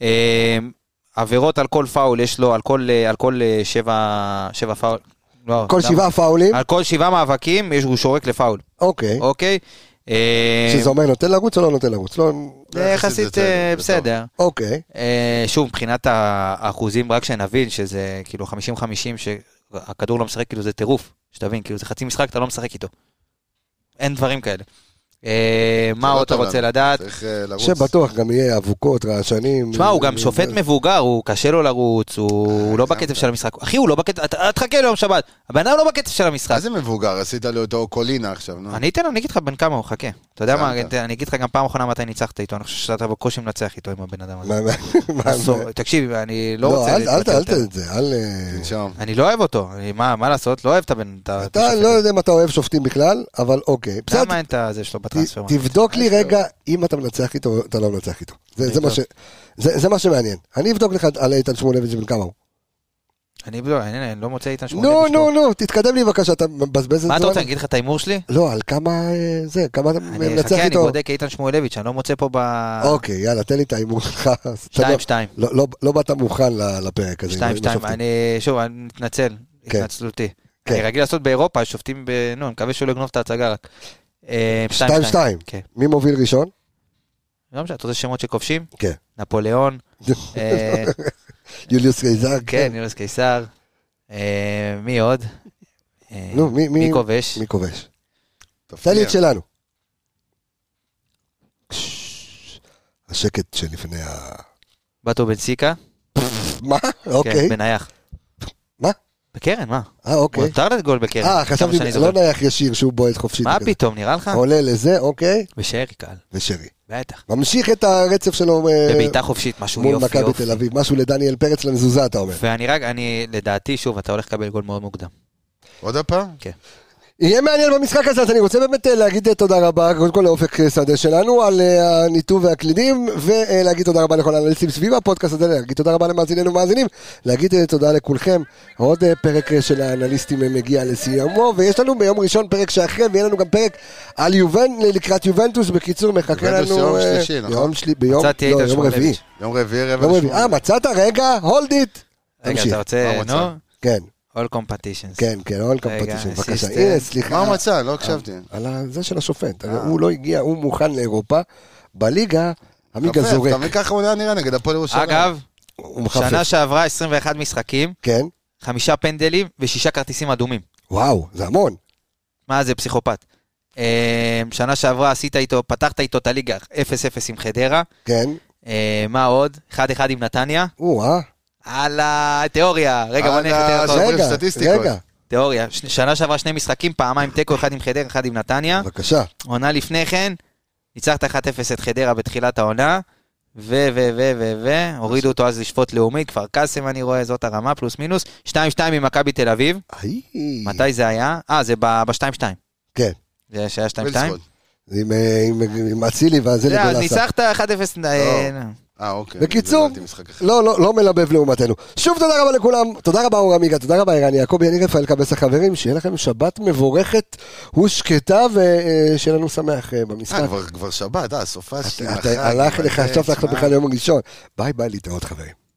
S3: עבירות על כל פאול יש לו, על כל, על כל שבע, שבע פאול. לא,
S1: כל שבעה פאולים.
S3: על כל שבעה מאבקים, יש הוא שורק לפאול.
S1: אוקיי.
S3: אוקיי.
S1: שזה אומר נותן לרוץ או לא נותן לרוץ?
S3: זה יחסית בסדר.
S1: אוקיי.
S3: שוב, מבחינת האחוזים, רק שנבין שזה כאילו חמישים חמישים, שהכדור לא משחק, כאילו זה טירוף. שתבין, כאילו זה חצי משחק, אתה לא משחק איתו. אין דברים כאלה. מה עוד אתה רוצה לדעת?
S4: צריך לרוץ.
S1: שבטוח גם יהיה אבוקות, רעשנים.
S3: תשמע, הוא גם שופט מבוגר, הוא קשה לו לרוץ, הוא לא בקצב של המשחק. אחי, הוא לא בקצב, אתה תחכה ליום שבת, הבן אדם לא בקצב של המשחק.
S4: איזה מבוגר, עשית לו אותו קולינה עכשיו, נו.
S3: אני אתן לו, אני אגיד לך בן כמה הוא, חכה. אתה יודע מה, אני אגיד לך גם פעם אחרונה מתי ניצחת איתו, אני חושב שאתה בקושי מנצח איתו עם הבן אדם הזה. תקשיב, אני לא רוצה...
S1: לא, אל תעלת את זה, אל...
S3: אני לא אוהב אותו, מה לעשות? לא אוהב את הבן...
S1: אתה לא יודע אם אתה אוהב שופטים בכלל, אבל אוקיי.
S3: למה אין את זה שלו בטרנספר?
S1: תבדוק לי רגע, אם אתה מנצח איתו, אתה לא מנצח איתו. זה מה שמעניין. אני אבדוק לך על איתן שמואלביץ' בן כמה הוא.
S3: אני אבדוק, אני לא מוצא איתן שמואלביץ'.
S1: נו, נו, נו, תתקדם לי בבקשה, אתה מבזבז את זה.
S3: מה אתה רוצה, אני אגיד לך את האימור שלי?
S1: לא, על כמה זה, כמה אתה מנצח איתו.
S3: אני חכה, אני בודק איתן שמואלביץ', אני לא מוצא פה ב...
S1: אוקיי, יאללה, תן לי את האימור שלך.
S3: שתיים שתיים.
S1: לא באת מוכן לפרק הזה.
S3: שתיים שתיים, אני, שוב, אני מתנצל, התנצלותי. אני רגיל לעשות באירופה, שופטים ב... נו, אני מקווה שהוא לא יגנוב את ההצגה רק.
S1: שתיים שתיים. מי מוביל ראשון?
S3: לא משנה, אתה רוצה שמות שכובשים?
S1: כן.
S3: נפוליאון.
S1: יוליוס קיסר.
S3: כן, יוליוס קיסר. מי עוד?
S1: נו,
S3: מי כובש?
S1: מי כובש? תן לי את שלנו. השקט שלפני ה...
S3: בטו בנסיקה.
S1: מה? אוקיי.
S3: כן, בנייח.
S1: מה?
S3: בקרן, מה?
S1: אה, אוקיי.
S3: מותר לגול בקרן.
S1: אה, חשבתי, לא נייח ישיר שהוא בועט חופשי.
S3: מה פתאום, נראה לך?
S1: עולה לזה, אוקיי.
S3: ושרי קל.
S1: ושרי.
S3: בטח.
S1: ממשיך את הרצף שלו.
S3: בביתה חופשית, משהו יופי יופי.
S1: מול מכבי תל אביב, משהו לדניאל פרץ למזוזה, אתה אומר.
S3: ואני רק, אני, לדעתי, שוב, אתה הולך לקבל גול מאוד מוקדם.
S4: עוד הפעם?
S3: כן.
S1: יהיה מעניין במשחק הזה, אז אני רוצה באמת להגיד תודה רבה, קודם כל לאופק שדה שלנו, על הניתוב והקלידים, ולהגיד תודה רבה לכל האנליסטים סביב הפודקאסט הזה, להגיד תודה רבה למאזיננו ומאזינים, להגיד תודה לכולכם, עוד פרק של האנליסטים מגיע לסיומו, ויש לנו ביום ראשון פרק שאחרי, ויהיה לנו גם פרק על יובן, לקראת יובנטוס, בקיצור מחכה לנו...
S4: יום שלישי, נכון?
S1: יום שלישי, ביום רביעי.
S4: יום רביעי, רבע לשמונה.
S1: אה, מצאת? רגע, hold it.
S3: רגע, אתה רוצה, נו?
S1: כן.
S3: All competitions.
S1: כן, כן, all competitions, בבקשה. הנה, סליחה.
S4: מה הוא מצא? לא הקשבתי.
S1: על זה של השופט. הוא לא הגיע, הוא מוכן לאירופה. בליגה, עמיגה זורק.
S4: תמיד ככה הוא נראה נגד הפועל ירושלים.
S3: אגב, שנה שעברה עשרים ואחד משחקים,
S1: כן.
S3: חמישה פנדלים ושישה כרטיסים אדומים.
S1: וואו, זה המון.
S3: מה זה פסיכופת? שנה שעברה עשית איתו, פתחת איתו את הליגה אפס אפס עם חדרה.
S1: כן.
S3: מה עוד? אחד אחד עם נתניה.
S1: וואה.
S3: על התיאוריה, רגע בוא נלך
S1: רגע, רגע.
S3: תיאוריה, שנה שעברה שני משחקים, פעמיים תיקו, אחד עם חדרה, אחד עם נתניה.
S1: בבקשה.
S3: עונה לפני כן, ניצחת אחת אפס את חדרה בתחילת העונה, ו ו ו ו ו הורידו אותו אז לשפוט לאומי, כפר קאסם אני רואה, זאת הרמה, פלוס מינוס, שתיים שתיים עם מכבי תל אביב. מתי זה היה? אה, זה ב-שתיים שתיים.
S1: כן.
S3: זה שהיה שתיים שתיים?
S1: עם אצילי והזה לגולסה.
S3: ניצחת אחת אפס...
S4: אה, אוקיי.
S1: בקיצור, לא, לא, לא מלבב לעומתנו. שוב תודה רבה לכולם, תודה רבה אור עמיגה, תודה רבה ערן יעקבי, אני רפאל קבס החברים, שיהיה לכם שבת מבורכת ושקטה, ושיהיה לנו שמח במשחק.
S4: אה, כבר שבת, אה, סופה שלי.
S1: הלך לך, עכשיו לך בכלל יום ראשון. ביי ביי, להתראות חברים.